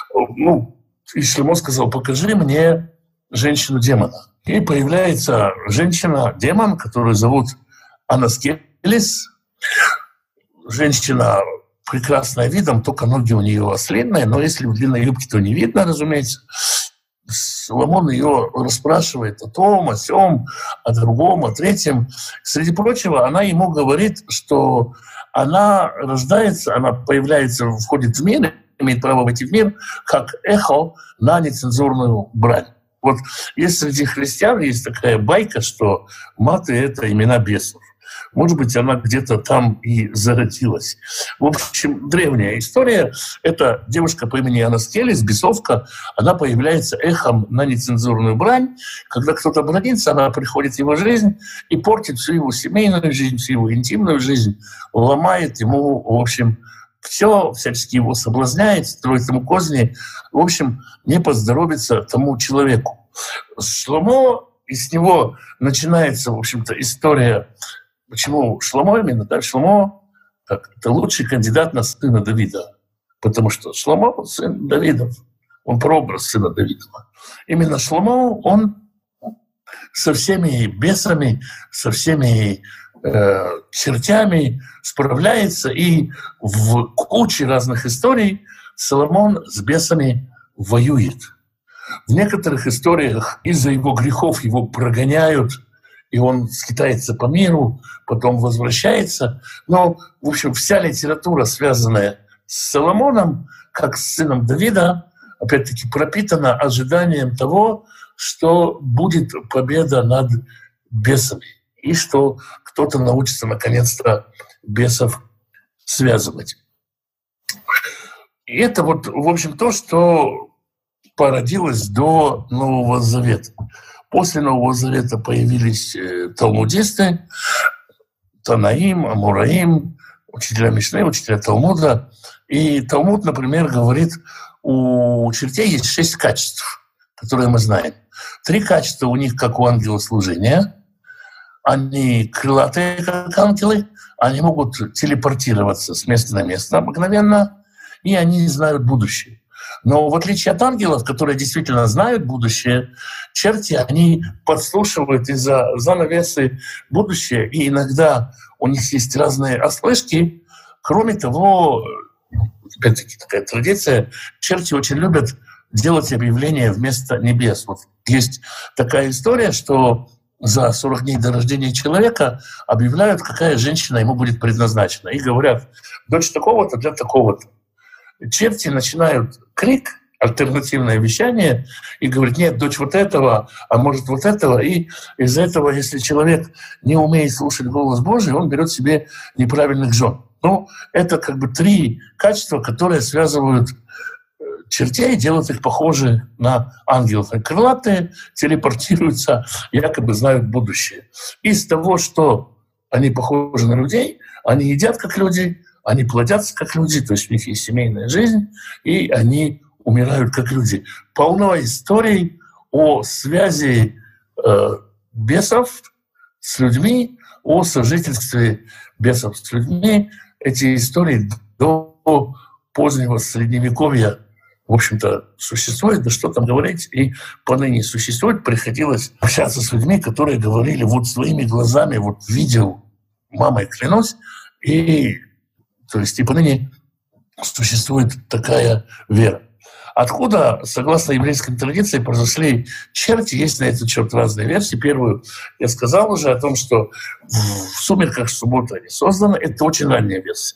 [SPEAKER 2] И Шломо сказал: покажи мне женщину-демона. И появляется женщина-демон, которую зовут Анаскелис. Женщина прекрасная видом, только ноги у нее ослинные, но если в длинной юбке, то не видно, разумеется. Соломон ее расспрашивает о том, о сём, о другом, о третьем. Среди прочего, она ему говорит, что она рождается, она появляется, входит в мир, имеет право войти в мир, как эхо на нецензурную брань. Вот есть среди христиан есть такая байка, что маты — это имена бесов. Может быть, она где-то там и зародилась. В общем, древняя история. Это девушка по имени Анаскелис, бесовка. Она появляется эхом на нецензурную брань. Когда кто-то бранится, она приходит в его жизнь и портит всю его семейную жизнь, всю его интимную жизнь, ломает ему, в общем, все, всячески его соблазняет, строит ему козни. В общем, не поздоровится тому человеку. Шломо, и с него начинается, в общем-то, история. Почему Шломо именно? Да? Шломо — это лучший кандидат на сына Давида. Потому что Шломо — сын Давидов. Он прообраз сына Давидова. Именно Шломо, он со всеми бесами, со всеми чертями справляется. И в куче разных историй Соломон с бесами воюет. В некоторых историях из-за его грехов его прогоняют, и он скитается по миру, потом возвращается. Но, в общем, вся литература, связанная с Соломоном, как с сыном Давида, опять-таки пропитана ожиданием того, что будет победа над бесами, и что кто-то научится наконец-то бесов связывать. И это вот, в общем, то, что породилось до Нового Завета. После Нового Завета появились талмудисты, Танаим, Амураим, учителя Мишны, учителя Талмуда. И Талмуд, например, говорит, у чертей есть 6 качеств, которые мы знаем. 3 качества у них, как у ангела служения. Они крылатые, как ангелы, они могут телепортироваться с места на место мгновенно, и они знают будущее. Но в отличие от ангелов, которые действительно знают будущее, черти, они подслушивают из-за занавесы будущее, и иногда у них есть разные ослышки. Кроме того, опять-таки такая традиция, черти очень любят делать объявления вместо небес. Вот есть такая история, что за 40 дней до рождения человека объявляют, какая женщина ему будет предназначена. И говорят, дочь такого-то для такого-то. Черти начинают крик, альтернативное вещание, и говорят, нет, дочь вот этого, а может вот этого. И из-за этого, если человек не умеет слушать голос Божий, он берет себе неправильных жен. Ну, это как бы 3 качества, которые связывают чертей, делают их похожи на ангелов. Крылатые телепортируются, якобы знают будущее. Из того, что они похожи на людей, они едят как люди, они плодятся как люди, то есть у них есть семейная жизнь, и они умирают как люди. Полно историй о связи бесов с людьми, о сожительстве бесов с людьми. Эти истории до позднего Средневековья, в общем-то, существуют, да что там говорить, и поныне существует. Приходилось общаться с людьми, которые говорили, вот своими глазами, вот видел, мамой клянусь, и то есть и поныне существует такая вера. Откуда, согласно еврейской традиции, произошли черти, есть на этот счет разные версии. Первую я сказал уже о том, что в «Сумерках субботы» они созданы. Это очень ранняя версия.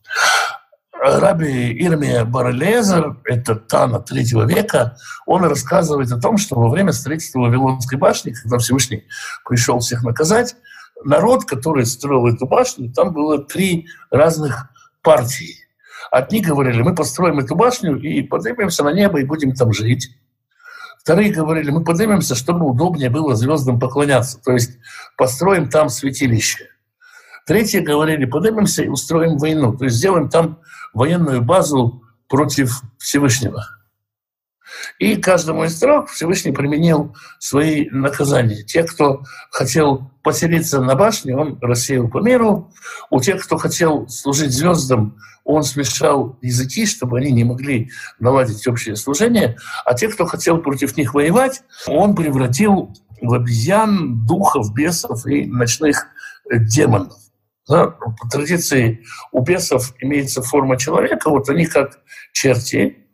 [SPEAKER 2] Раби Ирмия бар Элиэзер, это Тана III века, он рассказывает о том, что во время строительства Вавилонской башни, когда Всевышний пришел всех наказать, народ, который строил эту башню, там было 3 разных партии. Одни говорили, мы построим эту башню и поднимемся на небо и будем там жить. Вторые говорили, мы поднимемся, чтобы удобнее было звездам поклоняться, то есть построим там святилище. Третьи говорили, поднимемся и устроим войну, то есть сделаем там военную базу против Всевышнего. И каждому из 3 Всевышний применил свои наказания. Те, кто хотел поселиться на башне, он рассеял по миру. У тех, кто хотел служить звездам, он смешал языки, чтобы они не могли наладить общее служение. А те, кто хотел против них воевать, он превратил в обезьян, духов, бесов и ночных демонов. Да? По традиции у бесов имеется форма человека, вот они как черти.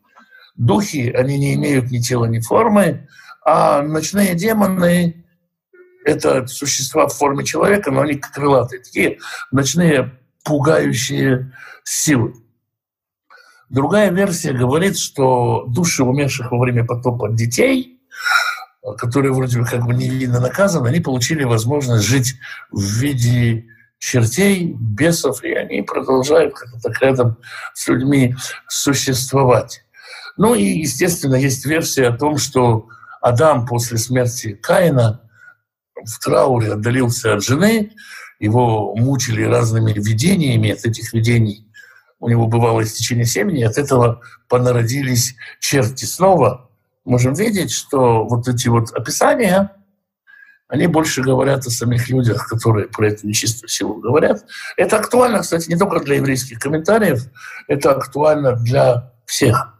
[SPEAKER 2] Духи, они не имеют ни тела, ни формы, а ночные демоны — это существа в форме человека, но они крылатые, такие ночные пугающие силы. Другая версия говорит, что души умерших во время потопа детей, которые вроде бы как бы невинно наказаны, они получили возможность жить в виде чертей, бесов, и они продолжают как-то так рядом с людьми существовать. Ну и, естественно, есть версия о том, что Адам после смерти Каина в трауре отдалился от жены, его мучили разными видениями, от этих видений у него бывало истечение семени, от этого понародились черти. Снова можем видеть, что вот эти вот описания, они больше говорят о самих людях, которые про эту нечистую силу говорят. Это актуально, кстати, не только для еврейских комментариев, это актуально для всех.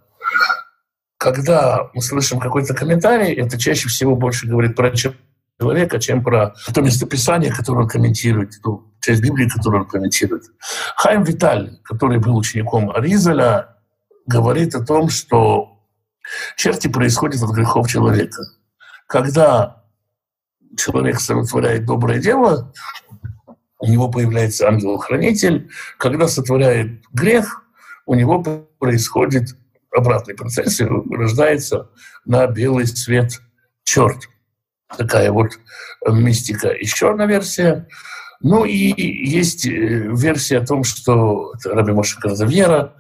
[SPEAKER 2] Когда мы слышим какой-то комментарий, это чаще всего больше говорит про человека, чем про то местописание, которое он комментирует, ту часть Библии, которую он комментирует. Хаим Виталь, который был учеником Аризаля, говорит о том, что черти происходят от грехов человека. Когда человек сотворяет доброе дело, у него появляется ангел-хранитель. Когда сотворяет грех, у него происходит обратный процесс, и рождается на белый свет черт. Такая вот мистика. Еще одна версия. Ну и есть версия о том, что Раби Моше Кардавьера,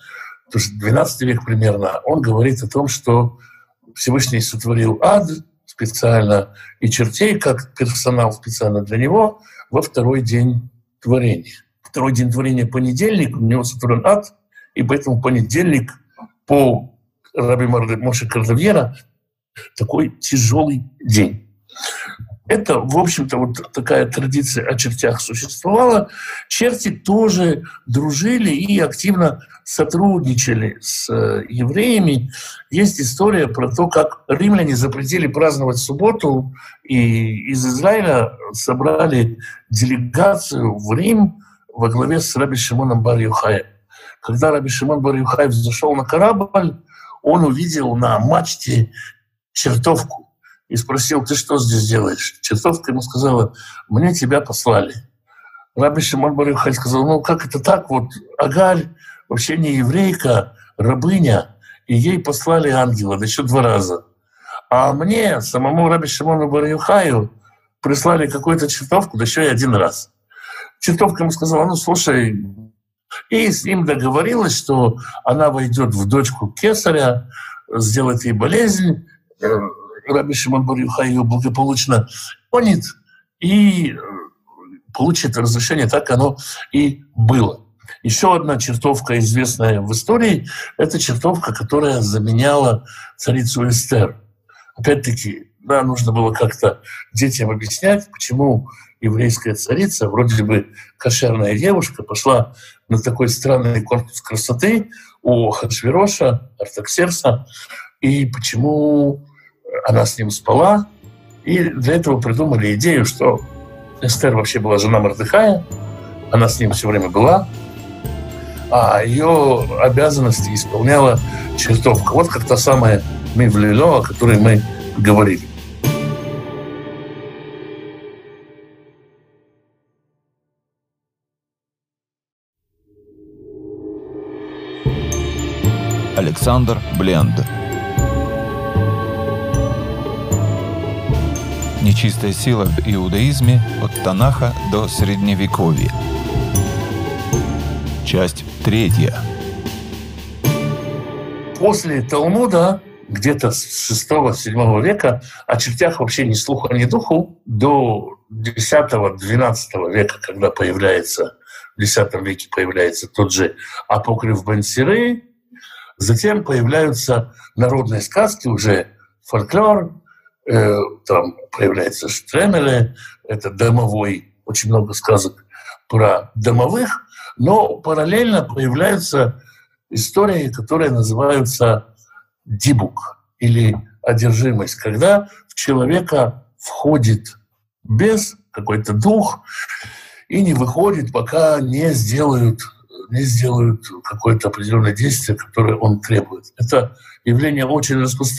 [SPEAKER 2] 12 век примерно, он говорит о том, что Всевышний сотворил ад специально и чертей, как персонал специально для него, во второй день творения. Второй день творения — понедельник, у него сотворен ад, и поэтому понедельник по Раби Моше Кардавьера такой тяжелый день. Это, в общем-то, вот такая традиция о чертях существовала. Черти тоже дружили и активно сотрудничали с евреями. Есть история про то, как римляне запретили праздновать субботу, и из Израиля собрали делегацию в Рим во главе с Раби Шимоном бар-Йохаем. Когда Раби Шимон бар-Йохай взошел на корабль, он увидел на мачте чертовку и спросил: «Ты что здесь делаешь?» Чертовка ему сказала: «Мне тебя послали». Раби Шимон бар-Йохай сказал: «Ну как это так? Вот Агарь вообще не еврейка, рабыня, и ей послали ангела, да еще 2 раза. А мне, самому Раби Шимону бар-Йохаю, прислали какую-то чертовку, да еще и 1 раз». Чертовка ему сказала: «Ну слушай», и с ним договорилась, что она войдет в дочку кесаря, сделает ей болезнь. Раби Шимон бар-Йохай ее благополучно понят и получит разрешение. Так оно и было. Еще одна чертовка, известная в истории, это чертовка, которая заменяла царицу Эстер. Опять-таки, да, нужно было как-то детям объяснять, почему еврейская царица, вроде бы кошерная девушка, пошла на такой странный конкурс красоты у Ахашвироша, Артаксеркса, и почему она с ним спала. И для этого придумали идею, что Эстер вообще была жена Мордехая, она с ним все время была, а ее обязанности исполняла чертовка. Вот как та самая Мивлило, о которой мы говорили.
[SPEAKER 1] Александр Бленд. Нечистая сила в иудаизме от Танаха до Средневековья. Часть 3.
[SPEAKER 2] После Талмуда, где-то с 6-7 века, о чертях вообще ни слуха, ни духу, до 10-12 века, когда появляется, в X веке появляется тот же апокриф Бен Сиры, затем появляются народные сказки, уже фольклор, там появляется Штремеле, это домовой, очень много сказок про домовых, но параллельно появляются истории, которые называются дибук или одержимость, когда в человека входит бес, какой-то дух, и не выходит, пока не сделают какое-то определенное действие, которое он требует. Это явление очень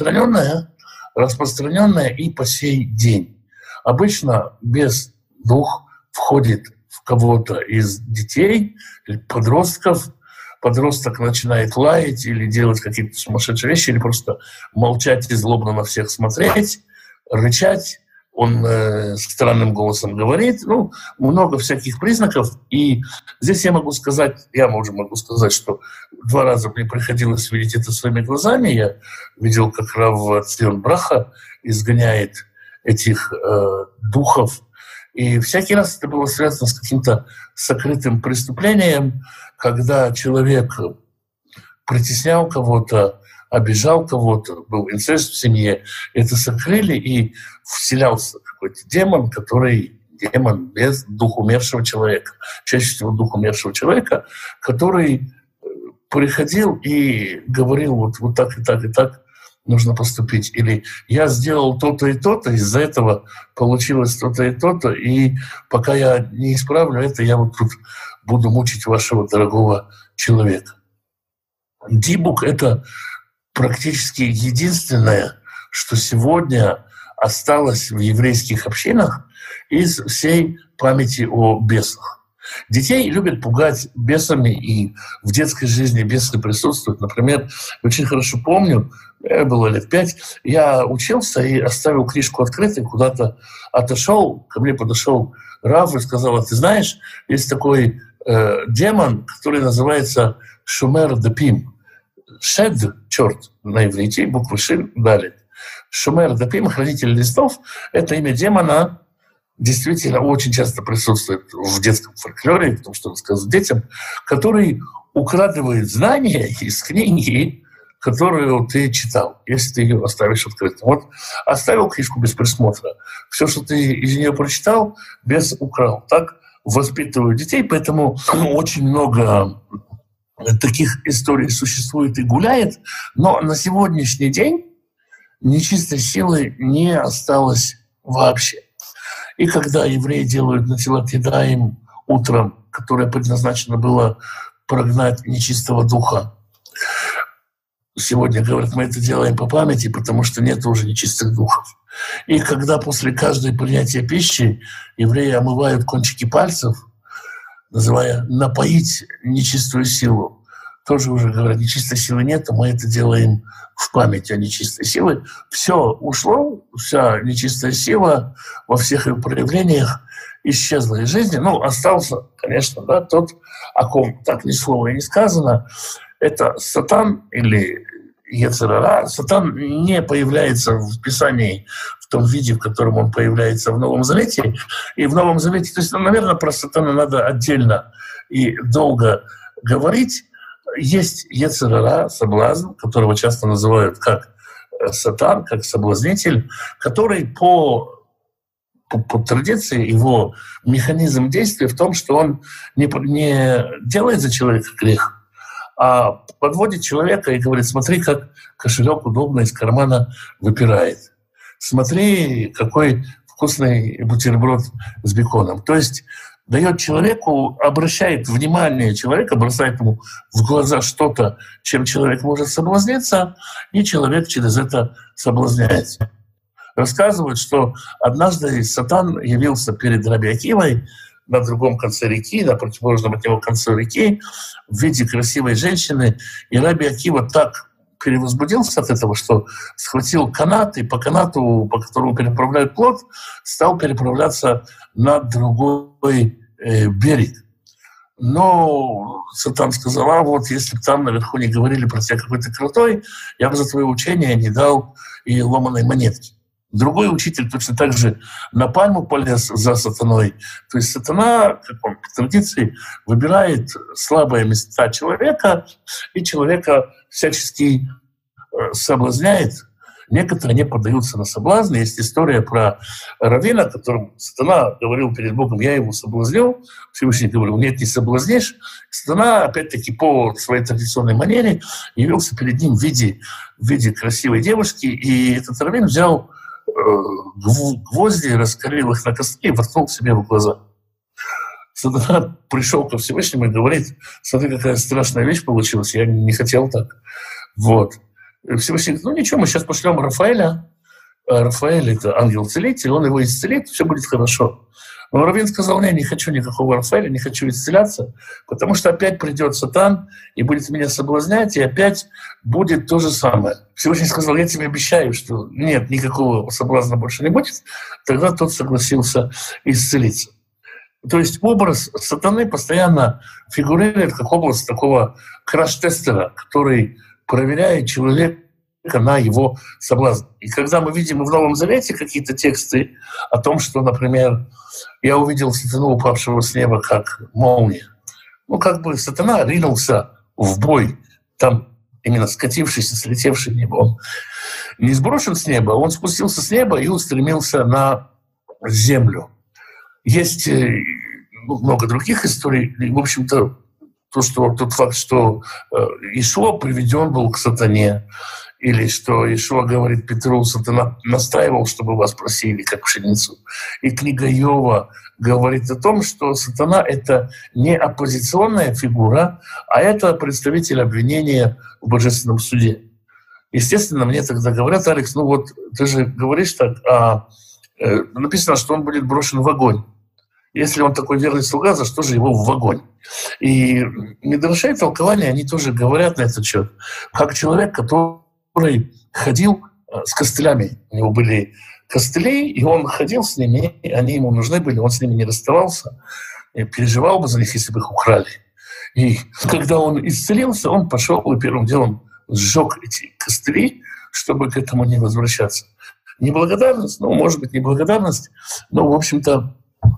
[SPEAKER 2] распространенное и по сей день. Обычно бес дух входит в кого-то из детей, подростков. Подросток начинает лаять или делать какие-то сумасшедшие вещи, или просто молчать и злобно на всех смотреть, рычать. Он странным голосом говорит. Ну, много всяких признаков. И здесь я могу сказать, что 2 раза мне приходилось видеть это своими глазами. Я видел, как Рав Цион Браха изгоняет этих духов. И всякий раз это было связано с каким-то сокрытым преступлением, когда человек притеснял кого-то, обижал кого-то, был инцест в семье, это сокрыли, и вселялся какой-то демон без духа умершего человека. Чаще всего дух умершего человека, который приходил и говорил, вот так и так и так нужно поступить. Или я сделал то-то и то-то, из-за этого получилось то-то и то-то, и пока я не исправлю это, я вот тут буду мучить вашего дорогого человека. Дибук — это практически единственное, что сегодня осталось в еврейских общинах из всей памяти о бесах. Детей любят пугать бесами, и в детской жизни бесы присутствуют. Например, очень хорошо помню, мне было лет 5, я учился и оставил книжку открытой, куда-то отошел, ко мне подошел Рав и сказал: а ты знаешь, есть такой демон, который называется Шумер Дапим. Шед — черт на иврите, буквы Шин далит. Шумер Дапим, хранитель листов, это имя демона действительно очень часто присутствует в детском фольклоре, потому что он сказал детям, который украдывает знания из книги, которую ты читал, если ты ее оставишь открытой. Вот оставил книжку без присмотра, все, что ты из нее прочитал, бес украл. Так воспитывают детей, поэтому очень много таких историй существует и гуляет, но на сегодняшний день нечистой силы не осталось вообще. И когда евреи делают Натилат Ядаим утром, которое предназначено было прогнать нечистого духа, сегодня, говорят, мы это делаем по памяти, потому что нет уже нечистых духов. И когда после каждой принятия пищи евреи омывают кончики пальцев, называя «напоить нечистую силу», тоже уже говорят, нечистой силы нет, а мы это делаем в память о нечистой силе. Все ушло, вся нечистая сила во всех ее проявлениях исчезла из жизни. Ну, остался, конечно, да, тот, о ком так ни слова и не сказано, это Сатан или Йецер ара. Сатан не появляется в Писании в том виде, в котором он появляется в Новом Завете. И в Новом Завете, то есть, наверное, про Сатана надо отдельно и долго говорить. Есть Йецер ара, соблазн, которого часто называют как Сатан, как соблазнитель, который по традиции, его механизм действия в том, что он не делает за человека грех, а подводит человека и говорит: смотри, как кошелек удобно из кармана выпирает. Смотри, какой вкусный бутерброд с беконом. То есть дает человеку, обращает внимание человека, бросает ему в глаза что-то, чем человек может соблазниться, и человек через это соблазняется. Рассказывают, что однажды Сатан явился перед Раби Акивой на другом конце реки, на противоположном от него конце реки, в виде красивой женщины. И Раби Акива так перевозбудился от этого, что схватил канат, и по канату, по которому переправляют плот, стал переправляться на другой берег. Но Сатан сказал: а вот если бы там наверху не говорили про тебя какой-то крутой, я бы за твое учение не дал и ломаной монетки. Другой учитель точно так же на пальму полез за сатаной. То есть сатана, как он по традиции, выбирает слабые места человека, и человека всячески соблазняет. Некоторые не поддаются на соблазн. Есть история про раввина, которому сатана говорил перед Богом: я его соблазнил. Всевышний говорил: нет, не соблазнишь. Сатана, опять-таки, по своей традиционной манере явился перед ним в виде красивой девушки, и этот раввин взял гвозди, раскалил их на костре и воткнул себе в глаза. Сатана пришел ко Всевышнему и говорит: смотри, какая страшная вещь получилась, я не хотел так. Вот. Всевышний говорит, ну ничего, мы сейчас пошлем Рафаэля. Рафаэль — это ангел-целитель, он его исцелит, все будет хорошо. Но Равин сказал, не хочу никакого Рафаэля, не хочу исцеляться, потому что опять придет Сатан и будет меня соблазнять, и опять будет то же самое. Всевышний сказал, я тебе обещаю, что нет, никакого соблазна больше не будет. Тогда тот согласился исцелиться. То есть образ сатаны постоянно фигурирует как образ такого краш-тестера, который проверяет человека на его соблазн. И когда мы видим в Новом Завете какие-то тексты о том, что, например, я увидел сатану, упавшего с неба, как молния. Сатана ринулся в бой, там именно скатившийся, слетевший в небо. Он не сброшен с неба, он спустился с неба и устремился на землю. Есть много других историй. В общем-то, тот факт, что Иешуа приведен был к сатане, или что Иешуа говорит Петру, сатана настаивал, чтобы вас просили, как пшеницу. И книга Иова говорит о том, что сатана — это не оппозиционная фигура, а это представитель обвинения в божественном суде. Естественно, мне тогда говорят, Алекс, ты же говоришь так, написано, что он будет брошен в огонь. Если он такой верный слуга, за что же его в огонь? И мидраши и толкования, они тоже говорят на этот счет. Как человек, который ходил с костылями. У него были костыли, и он ходил с ними, они ему нужны были, он с ними не расставался, и переживал бы за них, если бы их украли. И когда он исцелился, он пошел и первым делом сжег эти костыли, чтобы к этому не возвращаться. Неблагодарность, может быть, неблагодарность, но, в общем-то,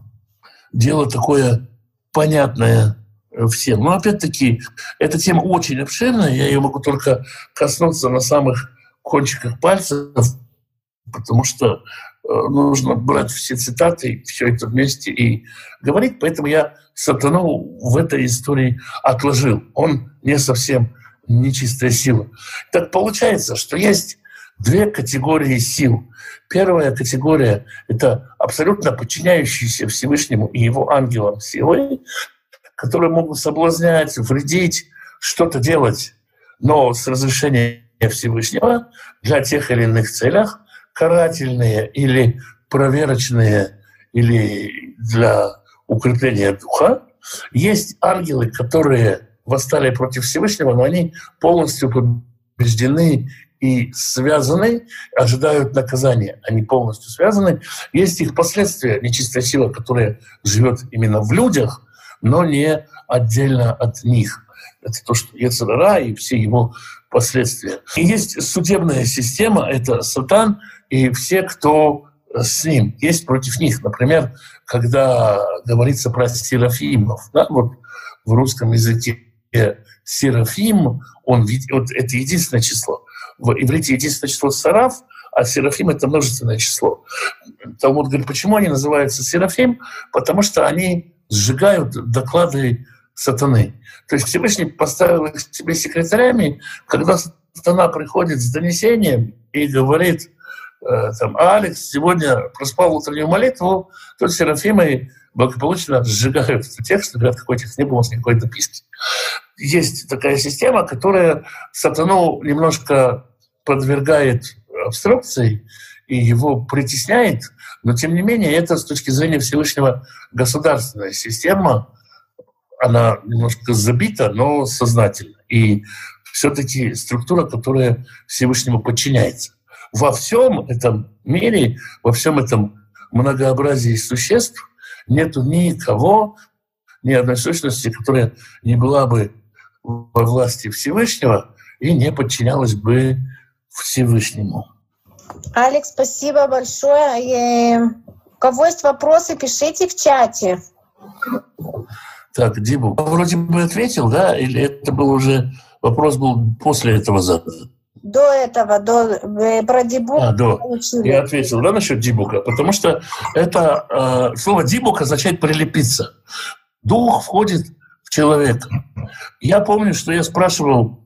[SPEAKER 2] дело такое понятное всем. Но опять-таки, эта тема очень обширная, я ее могу только коснуться на самых кончиках пальцев, потому что нужно брать все цитаты, все это вместе и говорить. Поэтому я сатану в этой истории отложил. Он не совсем нечистая сила. Так получается, что есть две категории сил. Первая категория — это абсолютно подчиняющиеся Всевышнему и его ангелам силы, которые могут соблазнять, вредить, что-то делать, но с разрешения Всевышнего для тех или иных целях, карательные или проверочные, или для укрепления духа. Есть ангелы, которые восстали против Всевышнего, но они полностью побеждены и связаны, ожидают наказания. Они полностью связаны. Есть их последствия, нечистая сила, которая живет именно в людях, но не отдельно от них. Это то, что Йецер ара и все его последствия. И есть судебная система, это Сатан и все, кто с ним. Есть против них. Например, когда говорится про серафимов, в русском языке серафим, это единственное число. В иврите единственное число сараф, а серафим — это множественное число. Талмуд говорит, почему они называются серафим? Потому что они сжигают доклады сатаны. То есть Всевышний поставил их себе секретарями, когда сатана приходит с донесением и говорит, Алекс сегодня проспал утреннюю молитву, то серафимы благополучно сжигают этот текст, говорят, какой текст не было, с никакой дописки. Есть такая система, которая сатану немножко подвергает обструкции и его притесняет, но тем не менее это с точки зрения Всевышнего государственная система, она немножко забита, но сознательно. И все-таки структура, которая Всевышнему подчиняется. Во всем этом мире, во всем этом многообразии существ нету никого, ни одной сущности, которая не была бы во власти Всевышнего и не подчинялась бы Всевышнему.
[SPEAKER 3] Алекс, спасибо большое. У кого есть вопросы, пишите в чате.
[SPEAKER 2] Так, Дибу, вроде бы ответил, да? Или это был уже вопрос был после этого задан?
[SPEAKER 3] До этого, про дибук.
[SPEAKER 2] Я ответил, да, насчет дибука, потому что это слово дибук означает прилепиться. Дух входит в человека. Я помню, что я спрашивал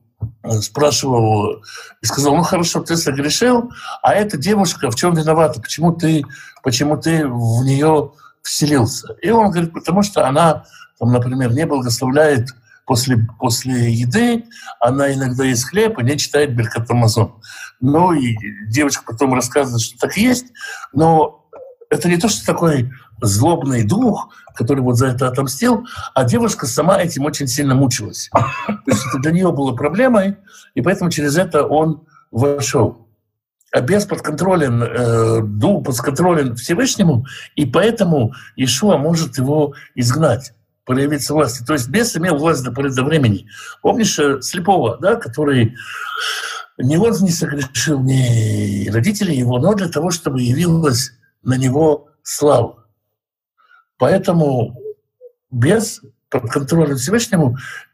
[SPEAKER 2] и сказал, хорошо, ты согрешил, а эта девушка в чем виновата? Почему ты в нее вселился? И он говорит, потому что она, например, не благословляет после еды она иногда ест хлеб и не читает Беркат Амазон. Ну и девочка потом рассказывает, что так и есть, но это не то, что такой злобный дух, который вот за это отомстил, а девушка сама этим очень сильно мучилась. То есть это для нее было проблемой, и поэтому через это он вошел. А бес подконтролен, дух подконтролен Всевышнему, и поэтому Иешуа может его изгнать, проявиться власти. То есть бес имел власть до поры до времени. Помнишь слепого, да, который ни он не согрешил, ни родители его, но для того, чтобы явилась на него слава. Поэтому бес под контролем Всевышнему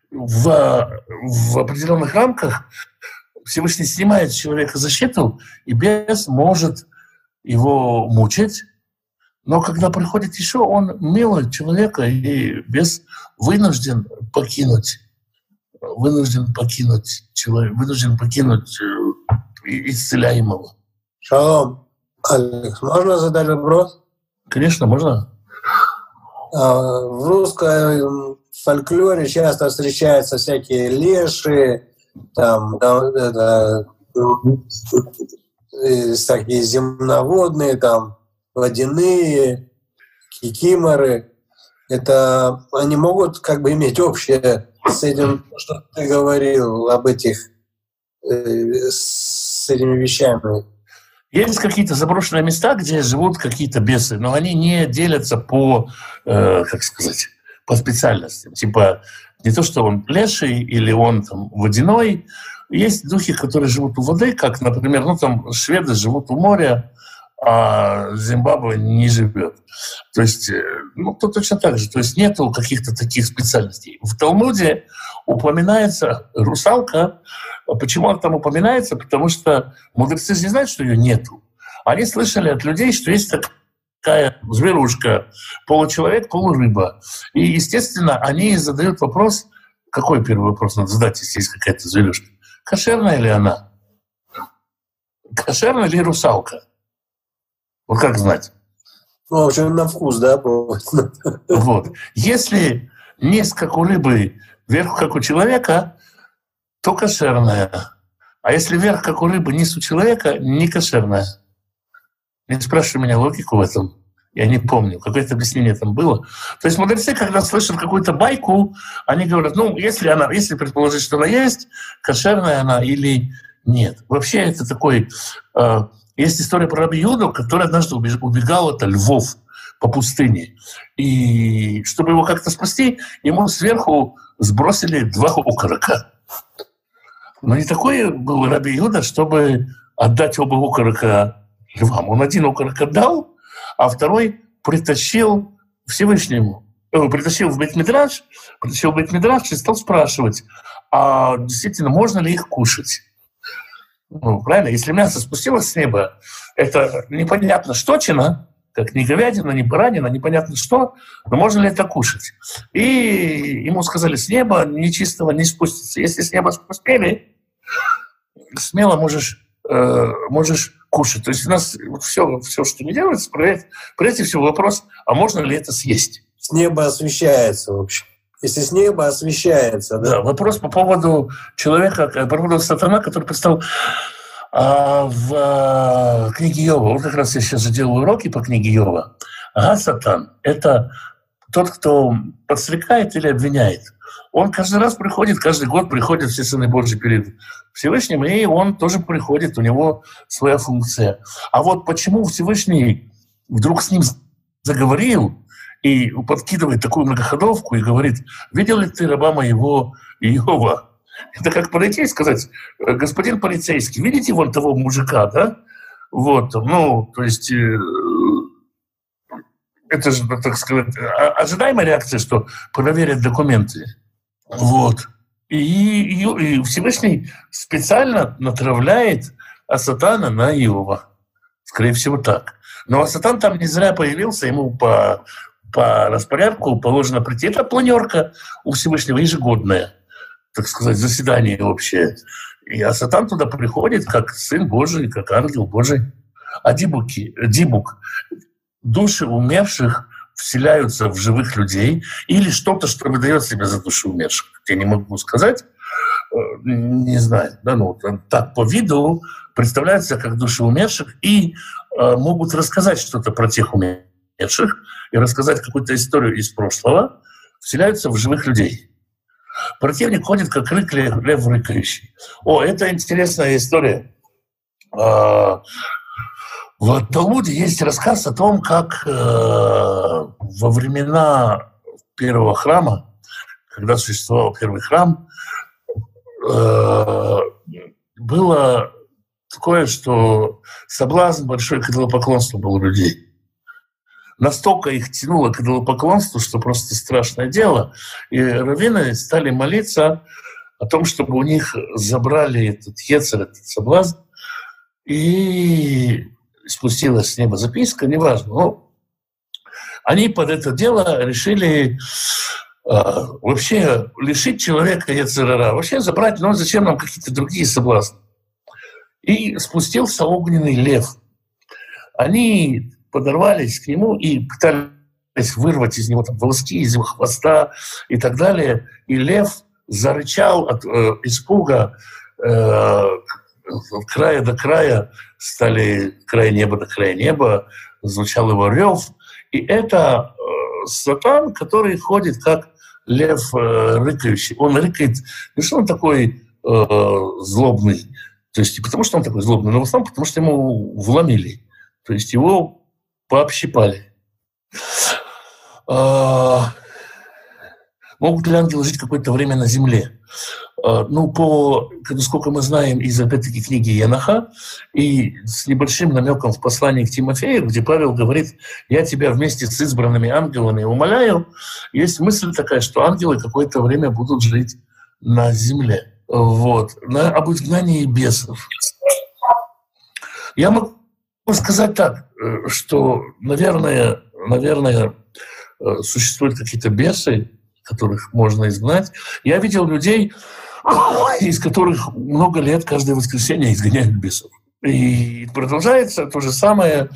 [SPEAKER 2] в определенных рамках Всевышний снимает с человека защиту, и бес может его мучить. Но когда приходит еще, он милый человека, и бес вынужден покинуть исцеляемого.
[SPEAKER 4] Шалом. Алекс, можно задать вопрос?
[SPEAKER 2] Конечно, можно.
[SPEAKER 4] В русском фольклоре часто встречаются всякие леши, там всякие земноводные, там водяные, кикиморы. Это они могут как бы иметь общее с этим, что ты говорил об этих, с этими вещами.
[SPEAKER 2] Есть какие-то заброшенные места, где живут какие-то бесы, но они не делятся по, как сказать, по специальностям. Типа не то, что он леший или он там водяной. Есть духи, которые живут у воды, как, например, ну там шведы живут у моря, а Зимбабве не живет. То есть, ну, то точно так же. То есть нету каких-то таких специальностей. В Талмуде упоминается русалка. Почему она там упоминается? Потому что мудрецы не знают, что ее нету. Они слышали от людей, что есть такая зверушка, получеловек, полурыба. И, естественно, они задают вопрос, какой первый вопрос надо задать, если есть какая-то зверушка? Кошерная ли она? Кошерная ли русалка? Вот как знать?
[SPEAKER 4] Ну, в общем, на вкус, да?
[SPEAKER 2] Вот. Если низ, как у рыбы, вверх, как у человека, то кошерная. А если вверх, как у рыбы, низ у человека, не кошерная. Не спрашивай меня логику в этом. Я не помню, какое-то объяснение там было. То есть мудрецы, когда слышат какую-то байку, они говорят, ну, если предположить, что она есть, кошерная она или нет. Вообще это такой... Есть история про Раби Юду, который однажды убегал от львов по пустыне. И чтобы его как-то спасти, ему сверху сбросили 2 окорока. Но не такой был Раби Юда, чтобы отдать оба окорока львам. Он 1 окорок отдал, а 2 притащил Всевышнему. Притащил в Бейт-Мидраш и стал спрашивать, а действительно, можно ли их кушать? Ну, правильно? Если мясо спустилось с неба, это непонятно штучина, как ни говядина, ни баранина, непонятно что, но можно ли это кушать? И ему сказали, с неба нечистого не спустится. Если с неба спустили, смело можешь кушать. То есть у нас все, что не делается, прежде всего вопрос, а можно ли это съесть?
[SPEAKER 4] С неба освещается, в общем. Если с неба освещается, да?
[SPEAKER 2] Да, вопрос по поводу человека, по поводу сатана, который представил в книге Иова. Вот как раз я сейчас же делаю уроки по книге Иова. Сатан — это тот, кто подстрекает или обвиняет. Он каждый год приходит все сыны Божьи перед Всевышним, и он тоже приходит, у него своя функция. А вот почему Всевышний вдруг с ним заговорил, и подкидывает такую многоходовку и говорит, видел ли ты раба моего Иова? Это как подойти и сказать, господин полицейский, видите вон того мужика, да? Вот, ну, то есть, это же, так сказать, ожидаемая реакция, что проверят документы. Вот. И Всевышний специально натравляет Сатана на Иова. Скорее всего, так. Но Сатан там не зря появился, ему по распорядку положено прийти. Это планерка у Всевышнего ежегодная, так сказать, заседание общее. А Сатан туда приходит как Сын Божий, как ангел Божий. А дибук, души умерших вселяются в живых людей, или что-то, что выдает себя за души умерших. Я не могу сказать, не знаю, да, ну, так по виду представляются как души умерших и могут рассказать что-то про тех умерших и рассказать какую-то историю из прошлого, вселяются в живых людей. Противник ходит, как лев рыкающий. О, это интересная история. В Талмуде есть рассказ о том, как во времена первого храма, когда существовал первый храм, было такое, что соблазн большой к идолопоклонству был у людей. Настолько их тянуло к идолопоклонству, что просто страшное дело. И раввины стали молиться о том, чтобы у них забрали этот ецер, этот соблазн, и спустилась с неба записка, неважно. Но они под это дело решили вообще лишить человека ецер ара, вообще забрать, но зачем нам какие-то другие соблазны. И спустился огненный лев. Они подорвались к нему и пытались вырвать из него там волоски, из его хвоста и так далее. И лев зарычал от испуга, от края до края, стали край неба до края неба, звучал его рев. И это сатан, который ходит как лев рыкающий. Он рыкает, не что он такой злобный, то есть не потому, что он такой злобный, но в основном потому, что ему вломили. То есть его пообщипали. Могут ли ангелы жить какое-то время на земле? Ну, насколько мы знаем из, опять-таки, книги Еноха и с небольшим намеком в послании к Тимофею, где Павел говорит: «Я тебя вместе с избранными ангелами умоляю», есть мысль такая, что ангелы какое-то время будут жить на земле. Вот. Об изгнании бесов. Я могу сказать так, что, наверное, существуют какие-то бесы, которых можно изгнать. Я видел людей, из которых много лет каждое воскресенье изгоняют бесов. И продолжается то же самое.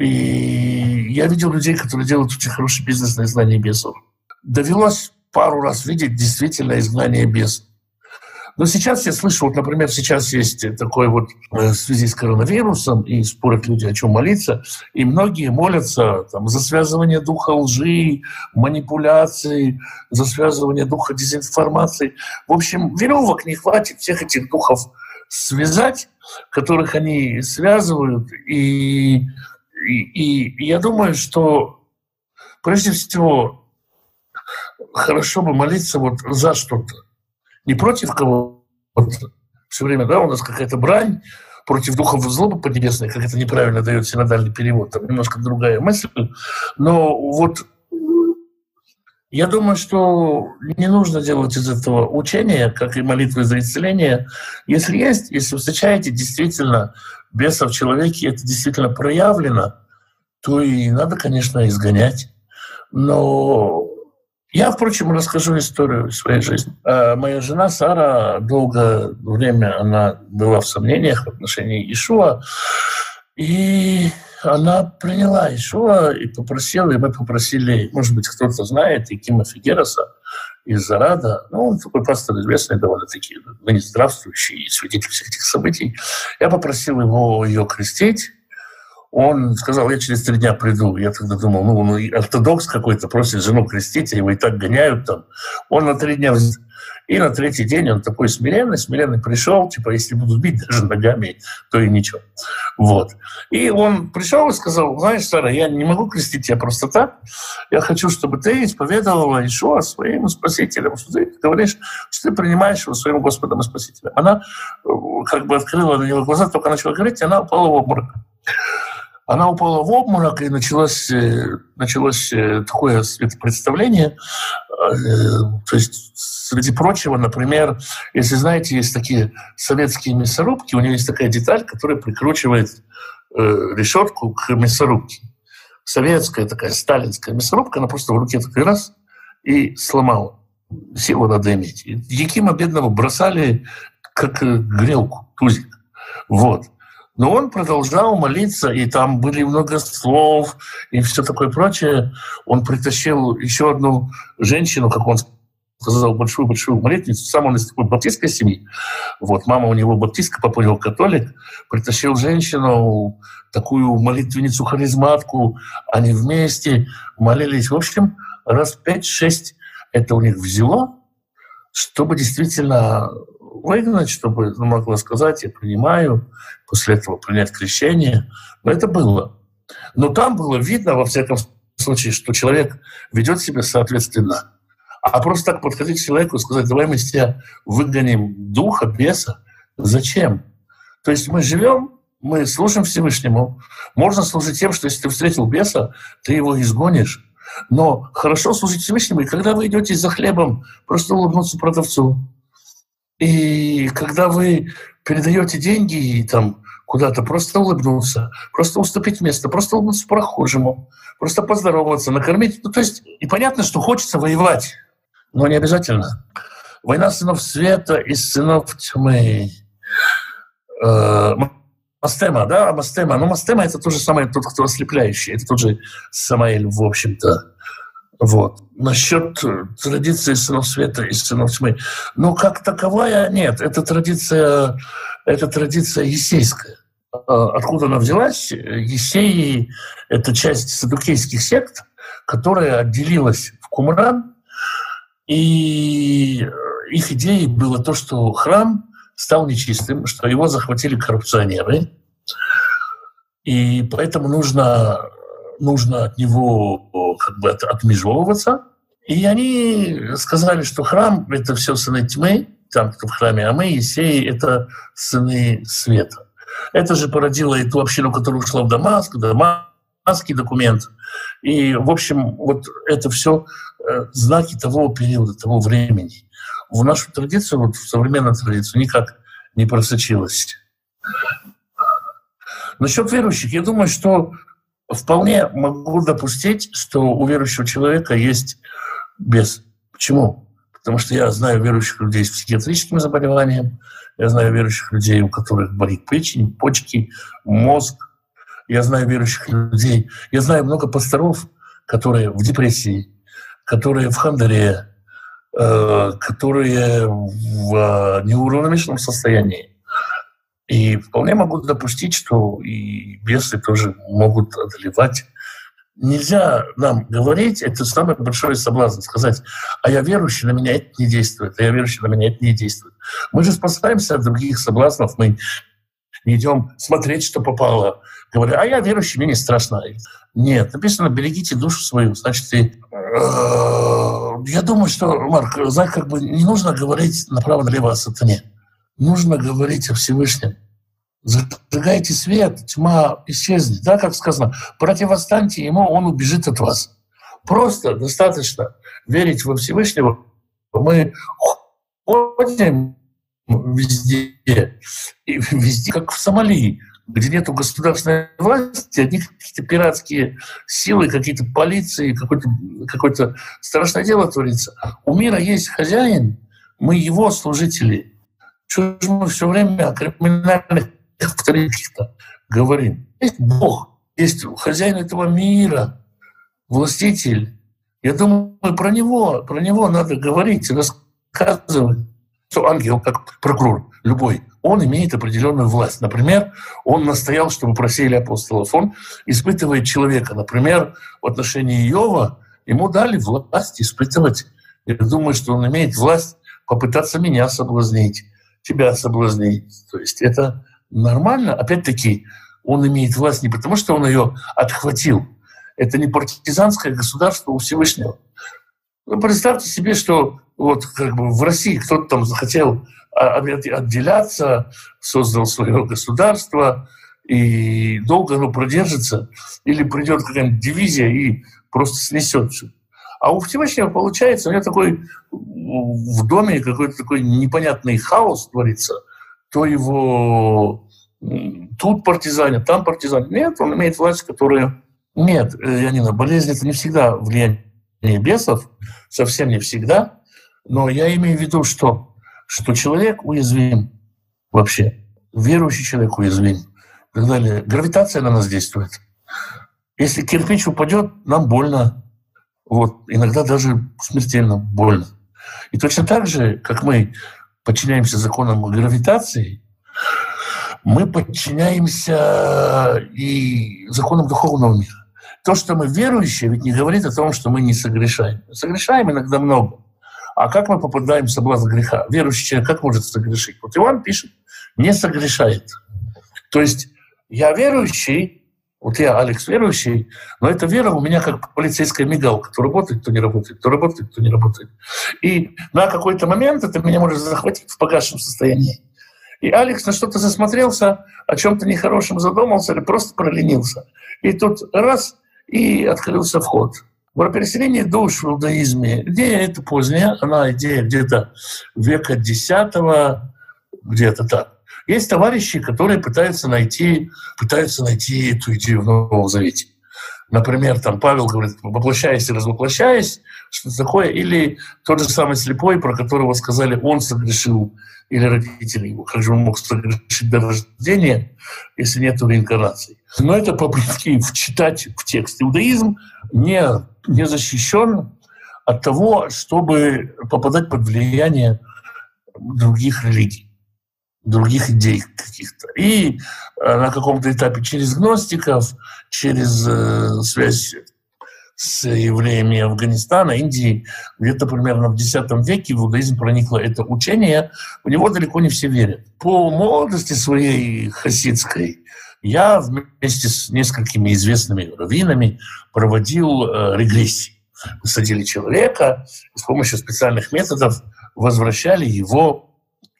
[SPEAKER 2] И я видел людей, которые делают очень хороший бизнес на изгнании бесов. Довелось пару раз видеть действительно изгнание бесов. Но сейчас я слышу, вот, например, сейчас есть такой вот в связи с коронавирусом, и спорят люди, о чем молиться, и многие молятся там, за связывание духа лжи, манипуляций, за связывание духа дезинформации. В общем, веревок не хватит всех этих духов связать, которых они связывают. И я думаю, что прежде всего хорошо бы молиться вот за что-то. Не против кого-то. Все время, да, у нас какая-то брань против духов злобы поднебесной, как это неправильно дает синодальный перевод, там немножко другая мысль. Но вот я думаю, что не нужно делать из этого учения, как и молитвы за исцеление. Если вы встречаете действительно беса в человеке, это действительно проявлено, то и надо, конечно, изгонять. Но я, впрочем, расскажу историю своей жизни. Моя жена Сара долгое время она была в сомнениях в отношении Иешуа, и она приняла Иешуа и мы попросили, может быть, кто-то знает, Якима Фигероса из Зарада, он такой пастор известный довольно-таки, ныне здравствующий, свидетель всех этих событий. Я попросил ее крестить. Он сказал: я через 3 дня приду. Я тогда думал, он ортодокс какой-то, просит жену крестить, а его и так гоняют там. Он на 3 дня... И на 3-й день он такой смиренный пришел, типа, если будут бить даже ногами, то и ничего. Вот. И он пришел и сказал: знаешь, Сара, я не могу крестить тебя просто так. Я хочу, чтобы ты исповедовала Иешуа своим спасителем, что ты говоришь, что ты принимаешь его своим Господом и Спасителем. Она как бы открыла на него глаза, только начала говорить, и она упала в обморок. Она упала в обморок, и началось такое светопредставление. То есть, среди прочего, например, если знаете, есть такие советские мясорубки, у нее есть такая деталь, которая прикручивает решетку к мясорубке. Советская такая сталинская мясорубка, она просто в руке такой раз и сломала. Силу надо иметь. Якима бедного бросали как грелку, тузик. Вот. Но он продолжал молиться, и там были много слов, и все такое прочее. Он притащил еще одну женщину, как он сказал, большую-большую молитвенницу. Сам он из такой баптистской семьи. Вот, мама у него баптистка, папа у него католик. Притащил женщину, такую молитвенницу-харизматку. Они вместе молились. В общем, раз 5-6 это у них взяло, чтобы действительно выгнать, чтобы могла сказать, я принимаю, после этого принять крещение. Но это было. Но там было видно, во всяком случае, что человек ведет себя соответственно. А просто так подходить к человеку и сказать, давай мы с тебя выгоним духа, беса. Зачем? То есть мы живем, мы служим Всевышнему. Можно служить тем, что если ты встретил беса, ты его изгонишь. Но хорошо служить Всевышнему, и когда вы идете за хлебом, просто улыбнуться продавцу. И когда вы передаете деньги и там куда-то, просто улыбнуться, просто уступить место, просто улыбнуться прохожему, просто поздороваться, накормить. Ну, то есть, и понятно, что хочется воевать, но не обязательно. Война сынов света и сынов тьмы. Мастема, да, Мастема. Но Мастема — это то же самое, тот, кто ослепляющий. Это тот же Самаэль, в общем-то. Вот. Насчет традиции сынов света и сынов тьмы. Ну, как таковая, нет. Это традиция есейская. Откуда она взялась? Есеи — это часть саддукейских сект, которая отделилась в Кумран. И их идеей было то, что храм стал нечистым, что его захватили коррупционеры. И поэтому нужно от него как бы отмежевываться. И они сказали, что храм — это все сыны тьмы, там, кто в храме, а мы, есеи, это сыны света. Это же породило и ту общину, которая ушла в Дамаск, дамасский документ. И, в общем, вот это все знаки того периода, того времени. В нашу традицию, вот в современную традицию, никак не просочилось. Насчет верующих, я думаю, что вполне могу допустить, что у верующего человека есть бес. Почему? Потому что я знаю верующих людей с психиатрическим заболеванием, я знаю верующих людей, у которых болит печень, почки, мозг. Я знаю верующих людей. Я знаю много пасторов, которые в депрессии, которые в хандаре, которые в неуравновешенном состоянии. И вполне могу допустить, что и бесы тоже могут одолевать. Нельзя нам говорить, это самый большой соблазн, сказать, а я верующий, на меня это не действует, а я верующий, на меня это не действует. Мы же спасаемся от других соблазнов, мы не идем смотреть, что попало, говоря, а я верующий, мне не страшно. Нет, написано, берегите душу свою, значит, я думаю, что, Марк, знаешь, как бы не нужно говорить направо-налево о сатане. Нужно говорить о Всевышнем. Зажигайте свет, тьма исчезнет. Да, как сказано, противостаньте ему, он убежит от вас. Просто достаточно верить во Всевышнего. Мы ходим везде, и везде, как в Сомали, где нету государственной власти, одни какие-то пиратские силы, какие-то полиции, какое-то страшное дело творится. У мира есть хозяин, мы его служители. Что же мы все время о криминальных авторитетах говорим? Есть Бог, есть хозяин этого мира, властитель. Я думаю, про него надо говорить, рассказывать. Что ангел, как прокурор любой, он имеет определенную власть. Например, он настоял, чтобы просили апостолов. Он испытывает человека. Например, в отношении Иова ему дали власть испытывать. Я думаю, что он имеет власть попытаться меня соблазнить, тебя соблазнить. То есть это нормально. Опять-таки, он имеет власть не потому, что он ее отхватил. Это не партизанское государство у Всевышнего. Вы представьте себе, что вот как бы в России кто-то там захотел отделяться, создал свое государство, и долго оно продержится, или придет какая-нибудь дивизия и просто снесет все. А у Всевышнего получается, у него такой в доме какой-то такой непонятный хаос творится, то его тут партизанят, там партизанят. Нет, он имеет власть, которая... Нет, Янина, болезнь — это не всегда влияние бесов, совсем не всегда, но я имею в виду, что человек уязвим вообще, верующий человек уязвим. и так далее. Гравитация на нас действует. Если кирпич упадет, нам больно. Вот. Иногда даже смертельно больно. И точно так же, как мы подчиняемся законам гравитации, мы подчиняемся и законам духовного мира. То, что мы верующие, ведь не говорит о том, что мы не согрешаем. Согрешаем иногда много. А как мы попадаем в соблазн греха? Верующий человек как может согрешить? Вот Иоанн пишет, не согрешает. То есть я верующий, вот я, Алекс, верующий, но эта вера у меня как полицейская мигалка. То работает, то не работает, то работает, то не работает. И на какой-то момент это меня может захватить в погасшем состоянии. И Алекс на что-то засмотрелся, о чем-то нехорошем задумался или просто проленился. И тут раз — и открылся вход. Про переселение душ в иудаизме. Идея эта поздняя, она идея где-то века X, где-то так. Есть товарищи, которые пытаются найти эту идею в Новом Завете. Например, там Павел говорит, воплощаясь и развоплощаясь, что такое, или тот же самый слепой, про которого сказали, он согрешил, или родители его. Как же он мог согрешить до рождения, если нет реинкарнации? Но это попытки вчитать в текст. Иудаизм не защищен от того, чтобы попадать под влияние других религий, других идей каких-то. И на каком-то этапе через гностиков, через связь с евреями Афганистана, Индии, где-то примерно в X веке в иудаизм проникло это учение. В него далеко не все верят. По молодости своей хасидской я вместе с несколькими известными раввинами проводил регрессии. Мы садили человека и с помощью специальных методов возвращали его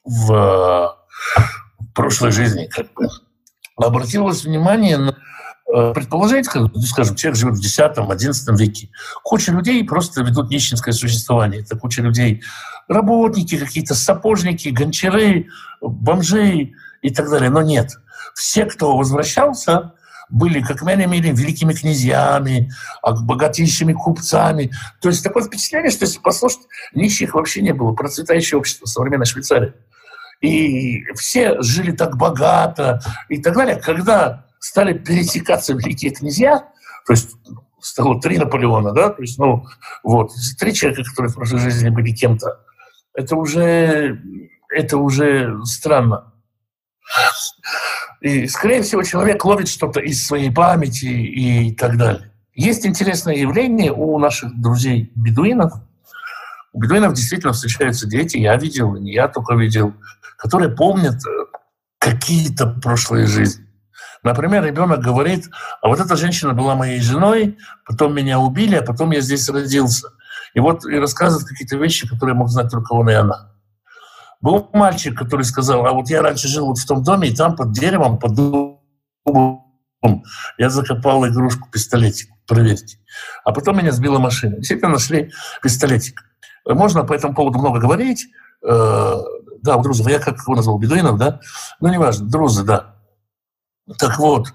[SPEAKER 2] в прошлой жизни. Обратилось внимание на предположить, скажем, человек живет в X-XI веке. Куча людей просто ведут нищенское существование. Это куча людей, работники какие-то, сапожники, гончары, бомжи и так далее. Но нет. Все, кто возвращался, были, как минимум, великими князьями, богатейшими купцами. То есть такое впечатление, что если послушать, нищих вообще не было. Процветающее общество современной Швейцарии. И все жили так богато и так далее. Когда стали пересекаться великие князья, то есть стало 3 Наполеона, да, то есть, 3 человека, которые в прошлой жизни были кем-то, это уже странно. И, скорее всего, человек ловит что-то из своей памяти и так далее. Есть интересное явление у наших друзей бедуинов. У бедуинов действительно встречаются дети, я видел, и не я только видел, которые помнят какие-то прошлые жизни. Например, ребенок говорит, а вот эта женщина была моей женой, потом меня убили, а потом я здесь родился. И рассказывает какие-то вещи, которые мог знать только он и она. Был мальчик, который сказал, а вот я раньше жил вот в том доме, и там под деревом, под дубом, я закопал игрушку-пистолетик, проверьте. А потом меня сбила машина. Действительно нашли пистолетик. Можно по этому поводу много говорить. Да, у друзов, я как его назвал, бедуинов, да? Ну, неважно, друзы, да. Так вот,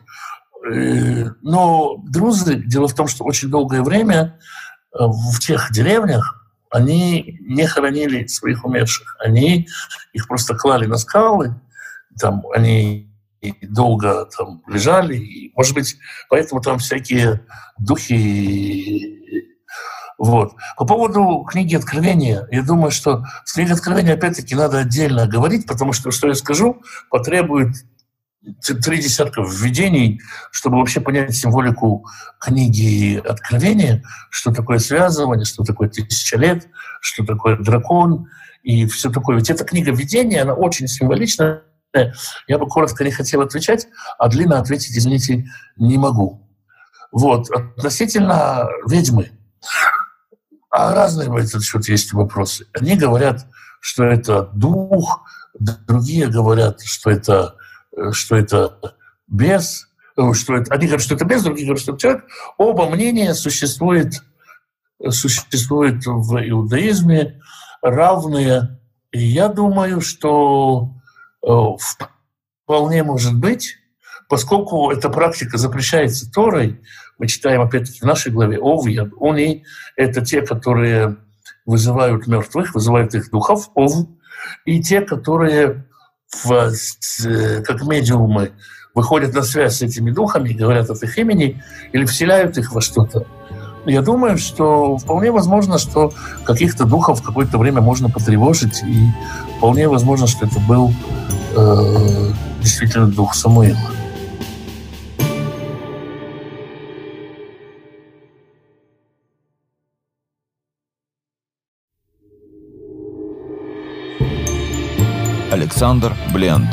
[SPEAKER 2] но друзы, дело в том, что очень долгое время в тех деревнях они не хоронили своих умерших. Они их просто клали на скалы, там они долго там лежали, и, может быть, поэтому там всякие духи. Вот. По поводу книги Откровения, я думаю, что с книгой Откровения опять-таки надо отдельно говорить, потому что я скажу, потребует 3 десятка введений, чтобы вообще понять символику книги Откровения, что такое связывание, что такое 1000 лет, что такое дракон и все такое. Ведь эта книга видения, она очень символичная. Я бы коротко не хотел отвечать, а длинно ответить, извините, не могу. Вот. Относительно ведьмы. А разные в этот счет есть вопросы. Одни говорят, что это дух, другие говорят, что это бес, одни говорят, что это бес, другие говорят, что это человек. Оба мнения существуют в иудаизме, равные. И я думаю, что вполне может быть, поскольку эта практика запрещается Торой, мы читаем опять-таки в нашей главе Ови, они — это те, которые вызывают мертвых, вызывают их духов, Ов, и те, которые как медиумы выходят на связь с этими духами, говорят от их имени или вселяют их во что-то. Я думаю, что вполне возможно, что каких-то духов в какое-то время можно потревожить, и вполне возможно, что это был действительно дух Самуила.
[SPEAKER 1] Александр Бленд.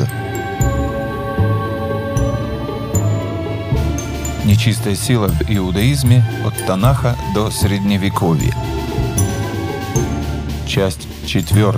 [SPEAKER 1] Нечистая сила в иудаизме от Танаха до Средневековья. Часть 4.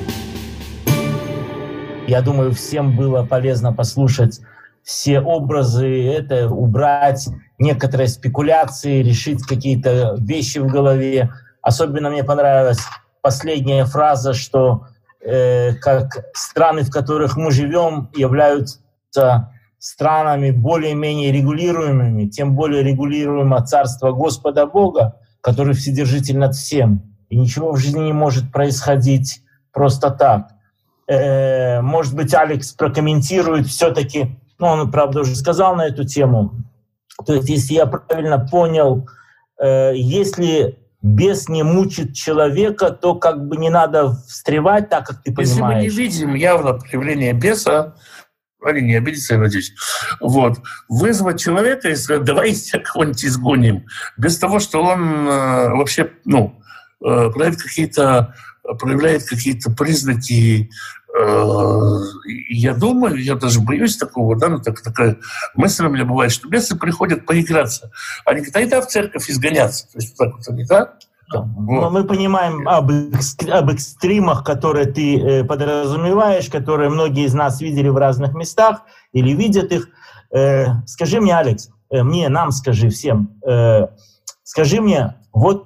[SPEAKER 5] Я думаю, всем было полезно послушать все образы, это убрать некоторые спекуляции, решить какие-то вещи в голове. Особенно мне понравилась последняя фраза, что как страны, в которых мы живем, являются странами более-менее регулируемыми, тем более регулируемо Царство Господа Бога, который вседержитель над всем. И ничего в жизни не может происходить просто так. Может быть, Алекс прокомментирует все-таки, он, правда, уже сказал на эту тему. То есть, если я правильно понял, если бес не мучит человека, то как бы не надо встревать, так как ты понимаешь.
[SPEAKER 2] Если мы не видим явно проявление беса, они не обидятся, я надеюсь. Вот. Вызвать человека и сказать, давайте кого-нибудь изгоним, без того, что он вообще проявляет какие-то признаки. Я думаю, я даже боюсь такого, такая мысль у меня бывает, что бесы приходят поиграться. Они говорят, да, в церковь изгоняться. То есть так вот они, да?
[SPEAKER 5] Но мы понимаем об экстримах, которые ты подразумеваешь, которые многие из нас видели в разных местах или видят их. Скажи мне, Алекс, нам скажи всем, скажи мне, вот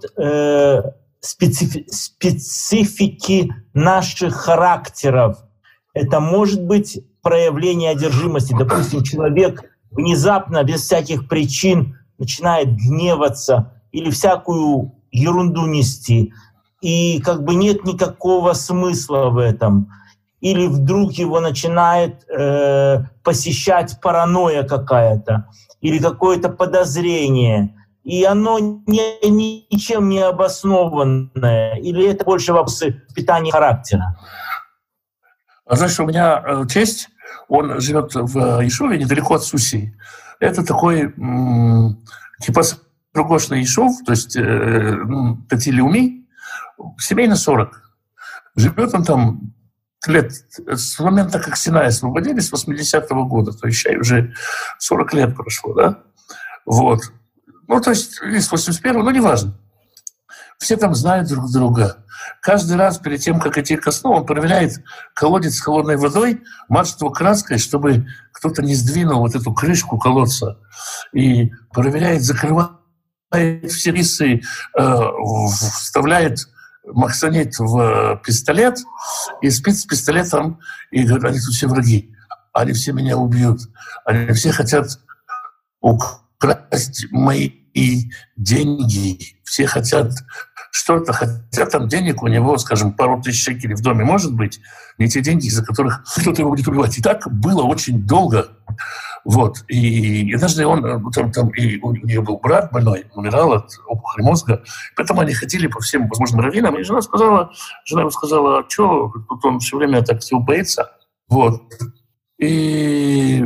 [SPEAKER 5] специфики наших характеров, это может быть проявление одержимости. Допустим, человек внезапно, без всяких причин, начинает гневаться или всякую ерунду нести, и как бы нет никакого смысла в этом. Или вдруг его начинает посещать паранойя какая-то, или какое-то подозрение, и оно ничем не обоснованное, или это больше вопросы воспитания характера?
[SPEAKER 2] А знаешь, у меня тесть, он живет в Ешуве, недалеко от Сусии. Это такой типа Рогошный Ешув, то есть Тати-Леуми, семейно 40. Живет он там лет с момента, как Синай освободились, с 80-го года, то есть уже 40 лет прошло, да? Вот. То есть с 81-го, неважно. Все там знают друг друга. Каждый раз перед тем, как идти ко сну, он проверяет колодец с холодной водой матовой краской, чтобы кто-то не сдвинул вот эту крышку колодца. И проверяет, закрывает все рисы, вставляет махсонит в пистолет и спит с пистолетом и говорит, они тут все враги, они все меня убьют, они все хотят украсть мои деньги, все хотят что-то, хотя там денег у него, скажем, пару тысяч шекелей в доме может быть, не те деньги, из-за которых кто-то его будет убивать. И так было очень долго. Вот. И однажды он, и у нее был брат больной, умирал от опухоли мозга, поэтому они ходили по всем возможным раввинам, и жена ему сказала, а что, тут он все время так всего боится. Вот. И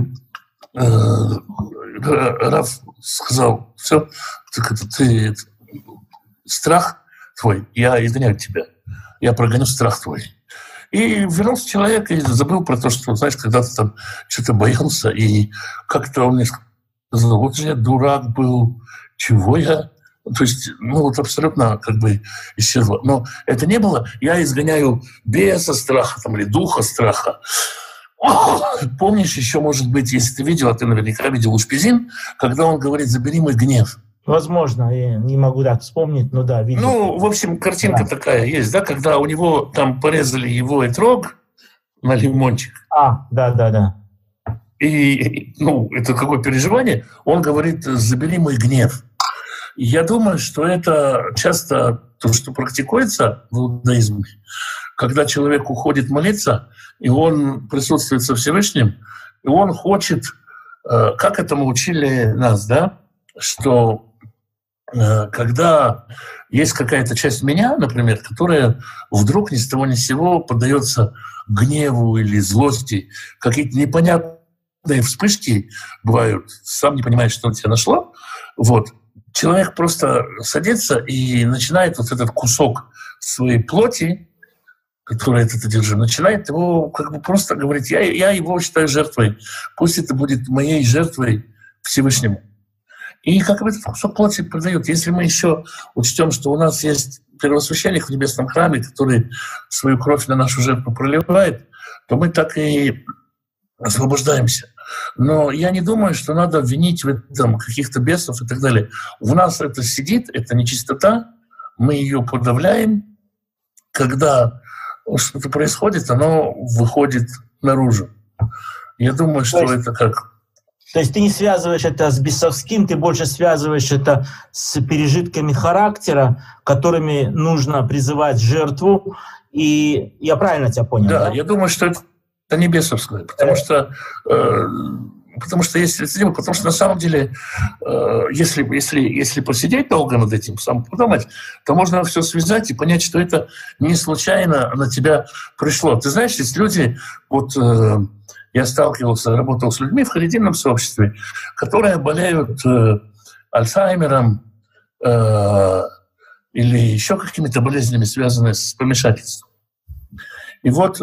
[SPEAKER 2] Рав сказал, все, ты страх твой, я изгоняю тебя, я прогоню страх твой. И вернулся человек и забыл про то, что, знаешь, когда-то там что-то боялся, и как-то он мне сказал, вот же я дурак был, чего я? То есть, абсолютно как бы исчезло. Но это не было, я изгоняю беса страха там, или духа страха. Помнишь еще, может быть, если ты видел, а ты наверняка видел Ушпизин, когда он говорит «забери мой гнев».
[SPEAKER 5] Возможно, я не могу так вспомнить, но да, видел.
[SPEAKER 2] В общем, картинка такая есть, да, когда у него там порезали его этрог на лимончик.
[SPEAKER 5] Да.
[SPEAKER 2] И, это какое переживание? Он говорит «забери мой гнев». Я думаю, что это часто то, что практикуется в иудаизме, когда человек уходит молиться, и он присутствует со Всевышним, и он хочет как этому учили нас, да, что когда есть какая-то часть меня, например, которая вдруг ни с того ни с сего поддается гневу или злости, какие-то непонятные вспышки бывают, сам не понимаешь, что на тебя нашло, вот, человек просто садится и начинает вот этот кусок своей плоти, который это держит, начинает его как бы просто говорить, я его считаю жертвой, пусть это будет моей жертвой Всевышнему. И как бы этот кусок плоти продают. Если мы еще учтем, что у нас есть первосвященник в небесном храме, который свою кровь на нашу жертву проливает, то мы так и освобождаемся. Но я не думаю, что надо винить в этом каких-то бесов и так далее. У нас это сидит, это нечистота, мы ее подавляем. Когда что-то происходит, оно выходит наружу. Я думаю, что это как...
[SPEAKER 5] То есть ты не связываешь это с бесовским, ты больше связываешь это с пережитками характера, которыми нужно призывать жертву. И я правильно тебя понял?
[SPEAKER 2] Да, я думаю, что это не бесовское, потому что есть рецидив, потому что на самом деле, если посидеть долго над этим, сам подумать, то можно все связать и понять, что это не случайно на тебя пришло. Ты знаешь, есть люди, вот я сталкивался, работал с людьми в харидимном сообществе, которые болеют Альцгеймером или еще какими-то болезнями, связанными с помешательством. И вот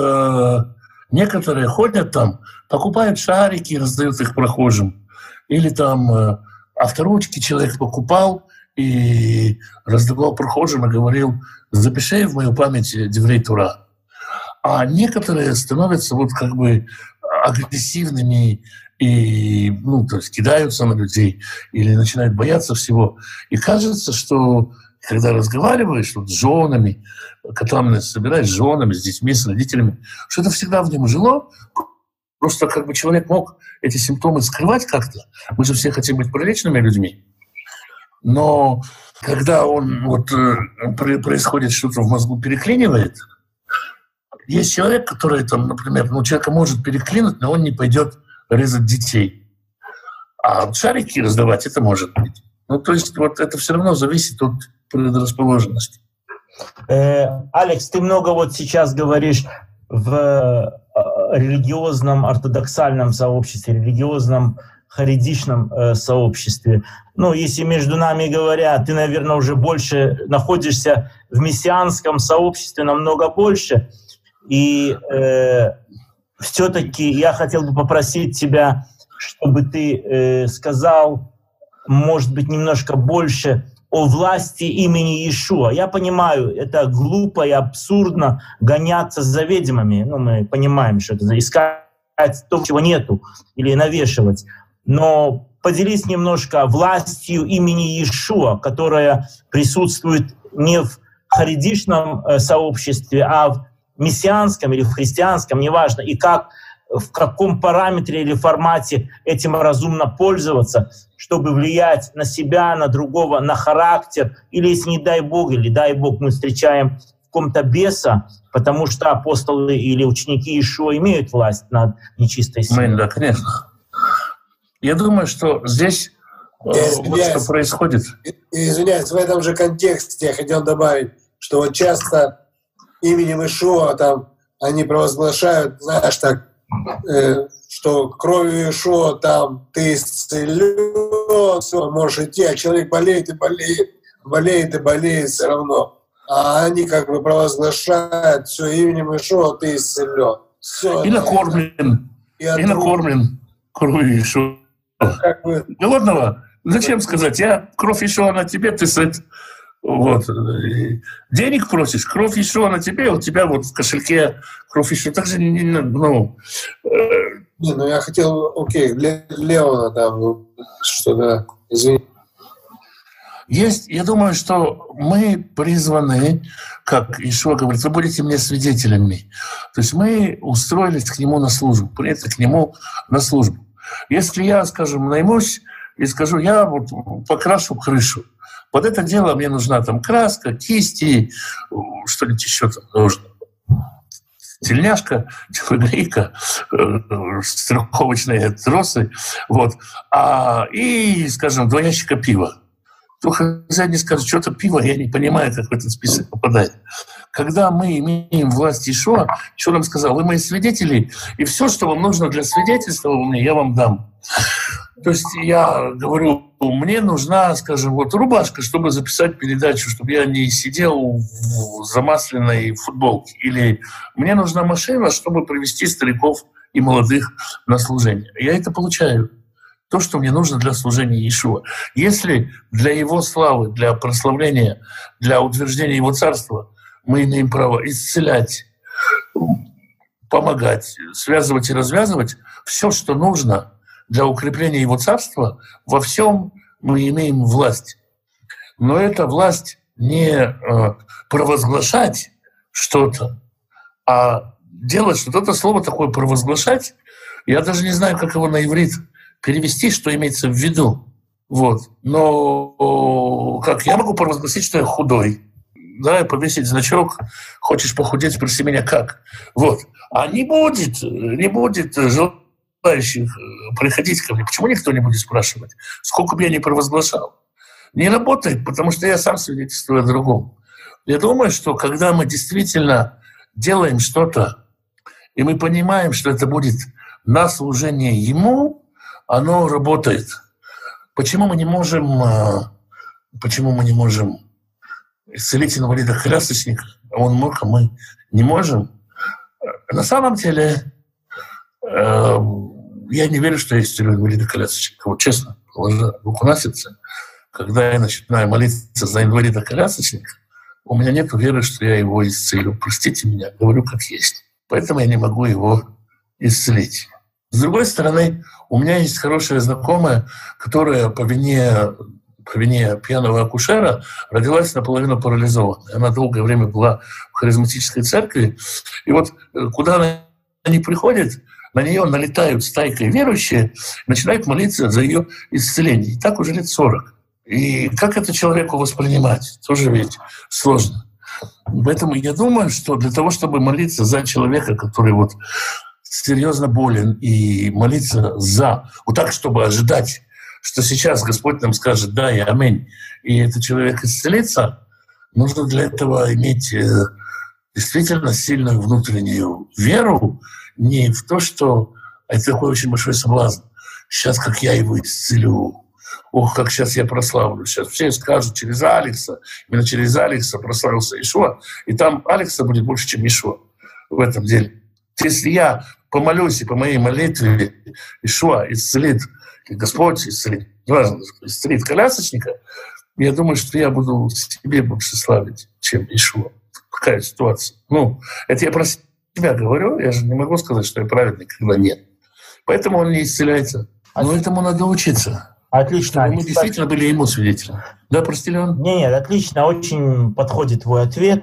[SPEAKER 2] некоторые ходят там, покупают шарики, раздают их прохожим. Или там авторучки человек покупал и раздавал прохожим и говорил, запиши в мою память Деврей Тура. А некоторые становятся вот как бы агрессивными и, то есть кидаются на людей или начинают бояться всего. И кажется, что когда разговариваешь вот с женами, когда собираешь с женами, с детьми, с родителями, что это всегда в нем жило. Просто как бы человек мог эти симптомы скрывать как-то. Мы же все хотим быть приличными людьми. Но когда происходит что-то в мозгу, переклинивает, есть человек, который, там, например, человека может переклинуть, но он не пойдет резать детей. А шарики раздавать это может быть. То есть вот это все равно зависит от предрасположенности.
[SPEAKER 5] Алекс, ты много вот сейчас говоришь в религиозном ортодоксальном сообществе, религиозном харидичном сообществе. Если между нами говоря, ты, наверное, уже больше находишься в мессианском сообществе, намного больше. И все-таки я хотел бы попросить тебя, чтобы ты сказал, может быть, немножко больше о власти имени Иешуа. Я понимаю, это глупо и абсурдно гоняться за ведьмами. Мы понимаем, что это искать то, чего нету, или навешивать. Но поделись немножко властью имени Иешуа, которая присутствует не в харидичном сообществе, а в мессианском или в христианском, неважно, и в каком параметре или формате этим разумно пользоваться, чтобы влиять на себя, на другого, на характер, или если не дай Бог, или дай Бог мы встречаем в ком-то беса, потому что апостолы или ученики Иешуа имеют власть над нечистой силой.
[SPEAKER 2] Да, конечно. Я думаю, что здесь вот что происходит.
[SPEAKER 4] Извиняюсь, в этом же контексте я хотел добавить, что вот часто именем Иешуа там они провозглашают, знаешь, так, что кровью Иешуа там ты исцелен, все, можешь идти, а человек болеет и болеет, болеет и болеет все равно. А они как бы провозглашают, все, именем Иешуа ты исцелен. Все,
[SPEAKER 2] и накормлен, накормлен кровью Иешуа.
[SPEAKER 4] Как бы...
[SPEAKER 2] Голодного? Зачем сказать? Я кровь Иешуа на тебе, ты сыт. Вот. Денег просишь, кровь Иешуа на тебе, у тебя вот в кошельке кровь Иешуа. Так же,
[SPEAKER 4] я хотел, Леона там что-то, извини.
[SPEAKER 2] Я думаю, что мы призваны, как Иешуа говорит, вы будете мне свидетелями. То есть мы устроились к Нему на службу, приняты к Нему на службу. Если я, скажем, наймусь и скажу, я вот покрашу крышу, под это дело мне нужна там краска, кисти, что-нибудь еще там нужно. тельняшка, телогрейка, страховочные тросы, вот, и, скажем, 2 ящика пива. То хозяин не скажет, что-то пиво, я не понимаю, как в этот список попадает. Когда мы имеем власть Иешуа, что нам сказал? Вы мои свидетели, и все, что вам нужно для свидетельства, я вам дам. То есть я говорю, мне нужна, скажем, вот рубашка, чтобы записать передачу, чтобы я не сидел в замасленной футболке. Или мне нужна машина, чтобы привести стариков и молодых на служение. Я это получаю. То, что мне нужно для служения Иешуа. Если для Его славы, для прославления, для утверждения Его царства мы имеем право исцелять, помогать, связывать и развязывать, все, что нужно для укрепления Его царства, во всем мы имеем власть. Но эта власть не провозглашать что-то, а делать что-то. Это слово такое «провозглашать», я даже не знаю, как его на иврит перевести, что имеется в виду. Вот. Но как я могу провозгласить, что я худой? Да, и повесить значок «Хочешь похудеть, спроси меня как». Вот. А не будет желающих приходить ко мне. Почему никто не будет спрашивать? Сколько бы я ни провозглашал? Не работает, потому что я сам свидетельствую о другом. Я думаю, что когда мы действительно делаем что-то, и мы понимаем, что это будет на служение Ему, оно работает. Почему мы не можем исцелить инвалида-колясочника? Он мог, а мы не можем. На самом деле, я не верю, что я исцелю инвалида-колясочника. Вот честно, положа руку на сердце, когда я начинаю молиться за инвалида-колясочника, у меня нет веры, что я его исцелю. Простите меня, говорю как есть. Поэтому я не могу его исцелить. С другой стороны, у меня есть хорошая знакомая, которая по вине пьяного акушера родилась наполовину парализованной. Она долгое время была в харизматической церкви. И вот куда она не приходит, на нее налетают стайкой верующие, начинают молиться за ее исцеление. И так уже лет 40. И как это человеку воспринимать? Тоже ведь сложно. Поэтому я думаю, что для того, чтобы молиться за человека, который вот серьезно болен, и молиться за, вот так, чтобы ожидать, что сейчас Господь нам скажет «да» и «аминь», и этот человек исцелится, нужно для этого иметь действительно сильную внутреннюю веру, не в то, что это такой очень большой соблазн. Сейчас как я его исцелю, ох, как сейчас я прославлю. Сейчас все скажут через Алекса, именно через Алекса прославился Иешуа, и там Алекса будет больше, чем Иешуа в этом деле. Если я помолюсь и по моей молитве Иешуа исцелит, Господь исцелит, неважно, исцелит колясочника, я думаю, что я буду себе больше славить, чем Иешуа. Какая ситуация? Это я про себя говорю, я же не могу сказать, что я праведный, когда нет. Поэтому он не исцеляется. Но этому надо учиться.
[SPEAKER 5] Отлично.
[SPEAKER 2] Мы действительно были ему свидетелями. Да, прости, Леон?
[SPEAKER 5] Нет, отлично, очень подходит твой ответ.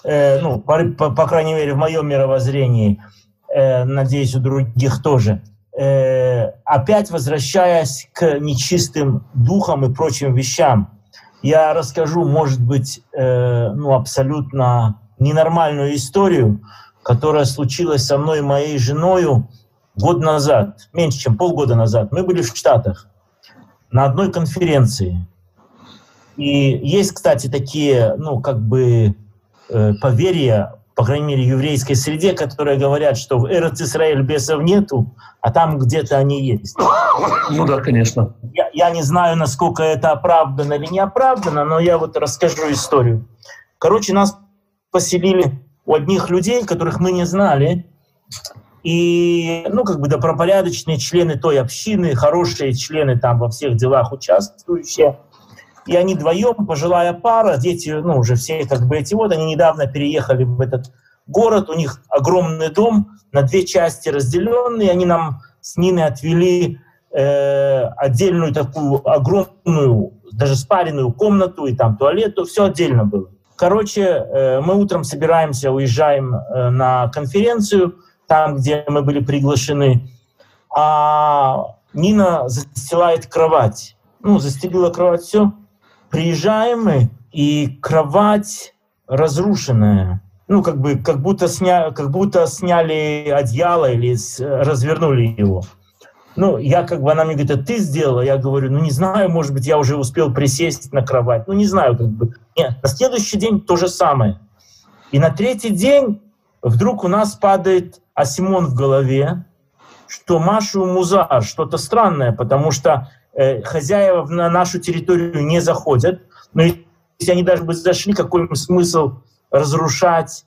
[SPEAKER 5] По крайней мере, в моем мировоззрении, надеюсь, у других тоже. Опять возвращаясь к нечистым духам и прочим вещам, я расскажу, может быть, абсолютно ненормальную историю, которая случилась со мной и моей женой год назад, меньше, чем полгода назад. Мы были в Штатах на одной конференции. И есть, кстати, такие, поверья, по крайней мере, в еврейской среде, которые говорят, что в Эрец-Исраэль бесов нету, а там где-то они есть.
[SPEAKER 2] Ну да, конечно.
[SPEAKER 5] Я не знаю, насколько это оправдано или не оправдано, но я вот расскажу историю. Короче, нас поселили у одних людей, которых мы не знали, и, добропорядочные члены той общины, хорошие члены там во всех делах участвующие. И они вдвоем, пожилая пара, дети, уже все они недавно переехали в этот город, у них огромный дом, на 2 части разделенный, они нам с Ниной отвели отдельную такую огромную, даже спаренную комнату, и там туалет, все отдельно было. Короче, мы утром собираемся, уезжаем на конференцию, там, где мы были приглашены, а Нина застилает кровать. Застелила кровать, все. Приезжаем мы, и кровать разрушенная. ну, как будто сняли одеяло или развернули его. Ну, она мне говорит, а ты сделала? Я говорю, не знаю, может быть, я уже успел присесть на кровать. Не знаю, Нет, на следующий день то же самое. И на третий день вдруг у нас падает асимон в голове, что Машу музар, что-то странное, потому что хозяева на нашу территорию не заходят. Но если они даже бы зашли, какой им смысл разрушать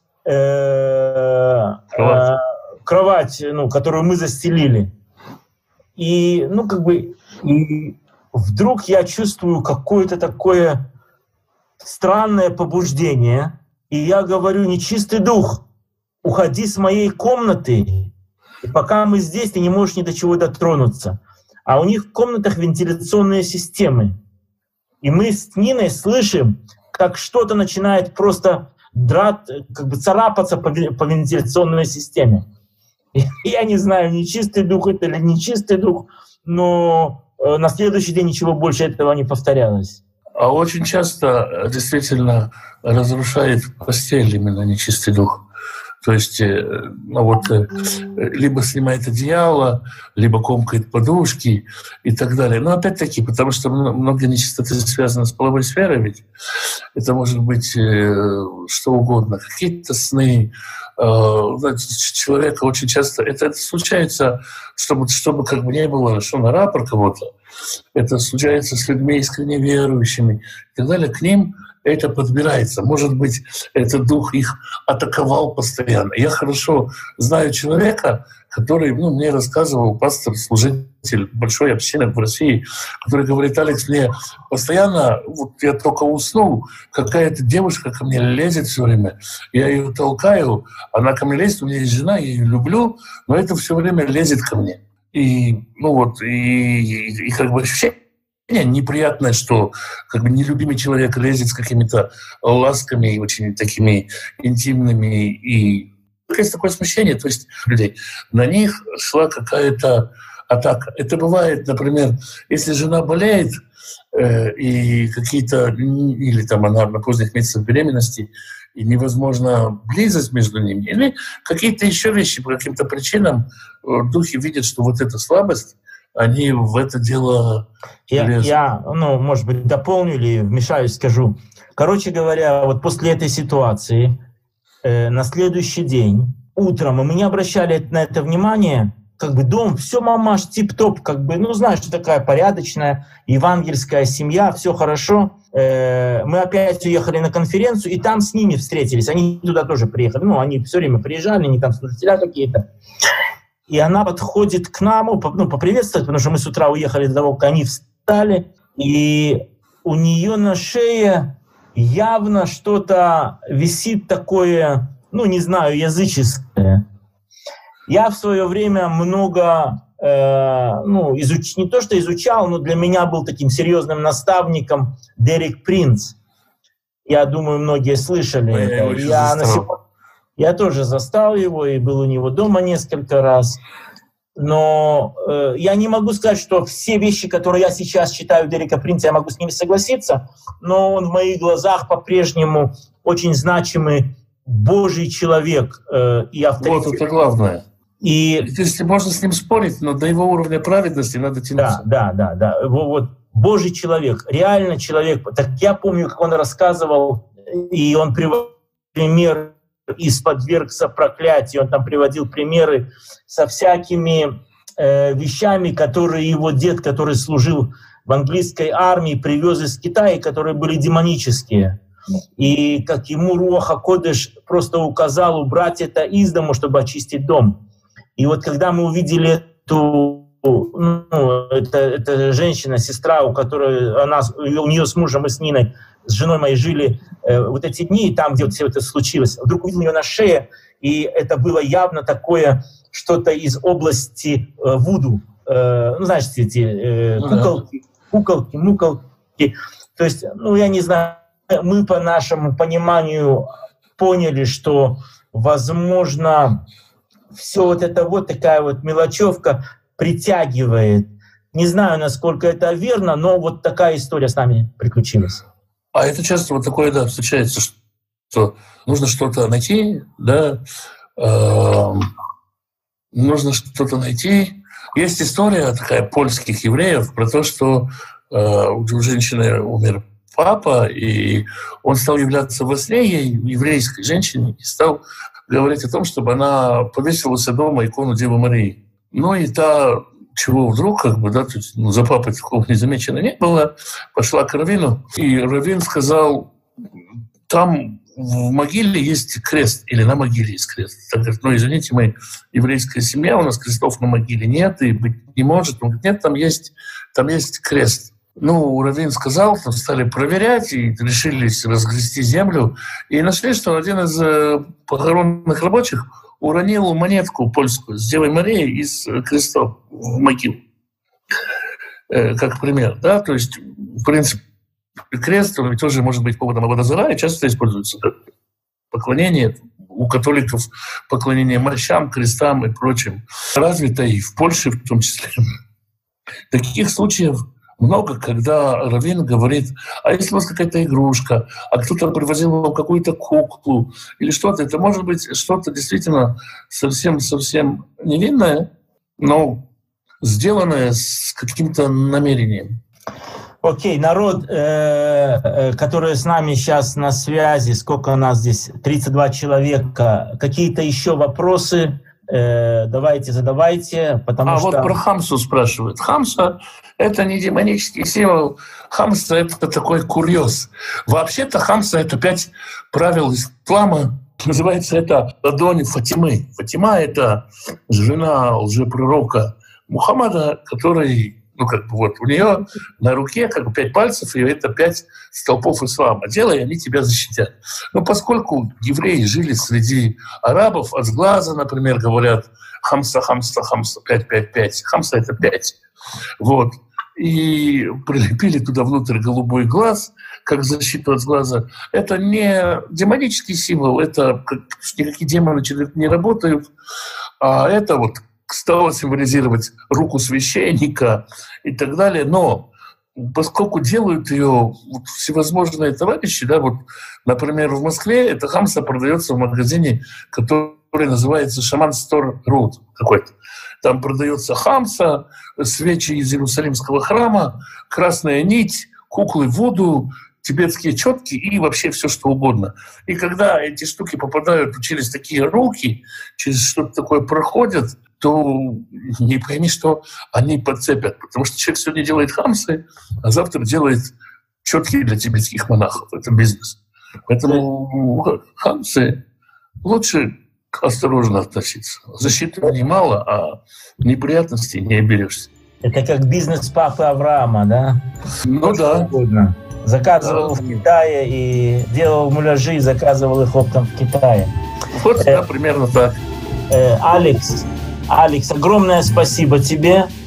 [SPEAKER 5] кровать, которую мы застелили? И, и вдруг я чувствую какое-то такое странное побуждение, и я говорю, нечистый дух, уходи с моей комнаты, и пока мы здесь, ты не можешь ни до чего дотронуться. А у них в комнатах вентиляционные системы. И мы с Ниной слышим, как что-то начинает просто царапаться по вентиляционной системе. Я не знаю, нечистый дух это или нечистый дух, но на следующий день ничего больше этого не повторялось.
[SPEAKER 2] А очень часто действительно разрушает постель именно нечистый дух. То есть либо снимает одеяло, либо комкает подушки и так далее. Но опять-таки, потому что много нечистоты связано с половой сферой, ведь это может быть что угодно, какие-то сны. Человека очень часто это случается, чтобы не было шумора про кого-то. Это случается с людьми искренне верующими и так далее. К ним это подбирается. Может быть, этот дух их атаковал постоянно. Я хорошо знаю человека, который мне рассказывал, пастор, служитель большой общины в России, который говорит, Алекс, мне постоянно, я только уснул, какая-то девушка ко мне лезет все время, я ее толкаю, она ко мне лезет, у меня есть жена, я ее люблю, но это все время лезет ко мне. И ощущение неприятное, что нелюбимый человек лезет с какими-то ласками, очень такими интимными, и есть такое смущение, то есть людей. На них шла какая-то атака. Это бывает, например, если жена болеет, и или она на поздних месяцах беременности, и невозможна близость между ними, или какие-то еще вещи по каким-то причинам духи видят, что эта слабость, они в это дело лезут.
[SPEAKER 5] Я, может быть, дополню или вмешаюсь, скажу. Короче говоря, после этой ситуации на следующий день утром, и мы не обращали на это внимание, дом, все мамаш, тип-топ, знаешь, что такая порядочная евангельская семья, все хорошо. Мы опять уехали на конференцию, и там с ними встретились. Они туда тоже приехали. Они все время приезжали, они там служителя какие-то. И она подходит к нам, поприветствовать, потому что мы с утра уехали до того, как они встали, и у нее на шее явно что-то висит такое, не знаю, языческое. Я в свое время много, не то что изучал, но для меня был таким серьезным наставником Дерек Принц. Я думаю, многие слышали это. Я тоже застал его и был у него дома несколько раз. Но я не могу сказать, что все вещи, которые я сейчас читаю Дерека Принца, я могу с ними согласиться, но он в моих глазах по-прежнему очень значимый Божий человек и авторитет.
[SPEAKER 2] Вот это главное.
[SPEAKER 5] И
[SPEAKER 2] если можно с ним спорить, но до его уровня праведности надо тянуться.
[SPEAKER 5] Да. Божий человек, реально человек. Так я помню, как он рассказывал, и он приводил пример из подвергся проклятию. Он там приводил примеры со всякими вещами, которые его дед, который служил в английской армии, привез из Китая, которые были демонические. И как ему Руах ха-Кодеш просто указал убрать это из дому, чтобы очистить дом. И когда мы увидели это женщина, сестра, у которой у нее с мужем и с Ниной, с женой моей жили эти дни, и там, где все это случилось, вдруг увидел ее на шее, и это было явно такое что-то из области вуду. Знаешь, эти куколки, муколки. То есть, я не знаю, мы по нашему пониманию поняли, что, возможно, все такая мелочевка притягивает. Не знаю, насколько это верно, но такая история с нами приключилась.
[SPEAKER 2] А это часто такое, случается, что нужно что-то найти, да, нужно что-то найти. Есть история такая польских евреев про то, что у женщины умер папа, и он стал являться во сне ей, еврейской женщине, и стал говорить о том, чтобы она повесила себе дома икону Девы Марии. Ну и та, чего вдруг, как бы, да, то есть, за папой такого не замечено не было, пошла к раввину, и раввин сказал, там в могиле есть крест, или на могиле есть крест. Так говорит, ну, извините, мы еврейская семья, у нас крестов на могиле нет, и быть не может. Он говорит, нет, там есть крест. Ну, раввин сказал, там стали проверять, и решились разгрести землю, и нашли, что один из похоронных рабочих уронил монетку польскую с Девой Марией из крестов в могилу. Как пример, да, то есть, в принципе, крест, он ведь тоже может быть поводом авода зара, и часто используется как поклонение. У католиков поклонение мощам, крестам и прочим развито, и в Польше в том числе. Таких случаев много, когда раввин говорит, а если у вас какая-то игрушка, а кто-то привозил вам какую-то куклу или что-то, это может быть что-то действительно совсем невинное, но сделанное с каким-то намерением.
[SPEAKER 5] Окей, народ, который с нами сейчас на связи, сколько у нас здесь? 32 человека. Какие-то еще вопросы? Давайте, задавайте, потому что...
[SPEAKER 2] вот про Хамсу спрашивают. Хамса — это не демонический символ. Хамса — это такой курьез. Вообще-то Хамса — это 5 правил ислама. Называется это ладонь Фатимы. Фатима — это жена лжепророка Мухаммада, который... Ну, как бы вот у нее на руке как бы 5 пальцев, и это 5 столпов ислама. Делай, они тебя защитят. Но поскольку евреи жили среди арабов, от глаза, например, говорят хамса, хамса, хамса, 5, 5, 5. Хамса — это 5. Вот. И прилепили туда внутрь голубой глаз, как защиту от глаза. Это не демонический символ, это никакие демоны не работают, а это вот стало символизировать руку священника и так далее. Но поскольку делают ее всевозможные товарищи, да, вот, например, в Москве эта хамса продается в магазине, который называется Shaman Store Road какой-то. Там продается хамса, свечи из Иерусалимского храма, красная нить, куклы вуду, тибетские четки и вообще все что угодно. И когда эти штуки попадают через такие руки, через что-то такое проходят, то не пойми, что они подцепят. Потому что человек сегодня делает хамсы, а завтра делает четки для тибетских монахов. Это бизнес. Поэтому хамсы лучше осторожно относиться. Защиты немало, а неприятностей не оберешься.
[SPEAKER 5] Это как бизнес папы Авраама, да?
[SPEAKER 2] Ну
[SPEAKER 5] очень
[SPEAKER 2] да.
[SPEAKER 5] Угодно. Заказывал в Китае и делал муляжи, заказывал их оптом в Китае.
[SPEAKER 2] Вот, да, примерно так.
[SPEAKER 5] Алекс, огромное спасибо тебе.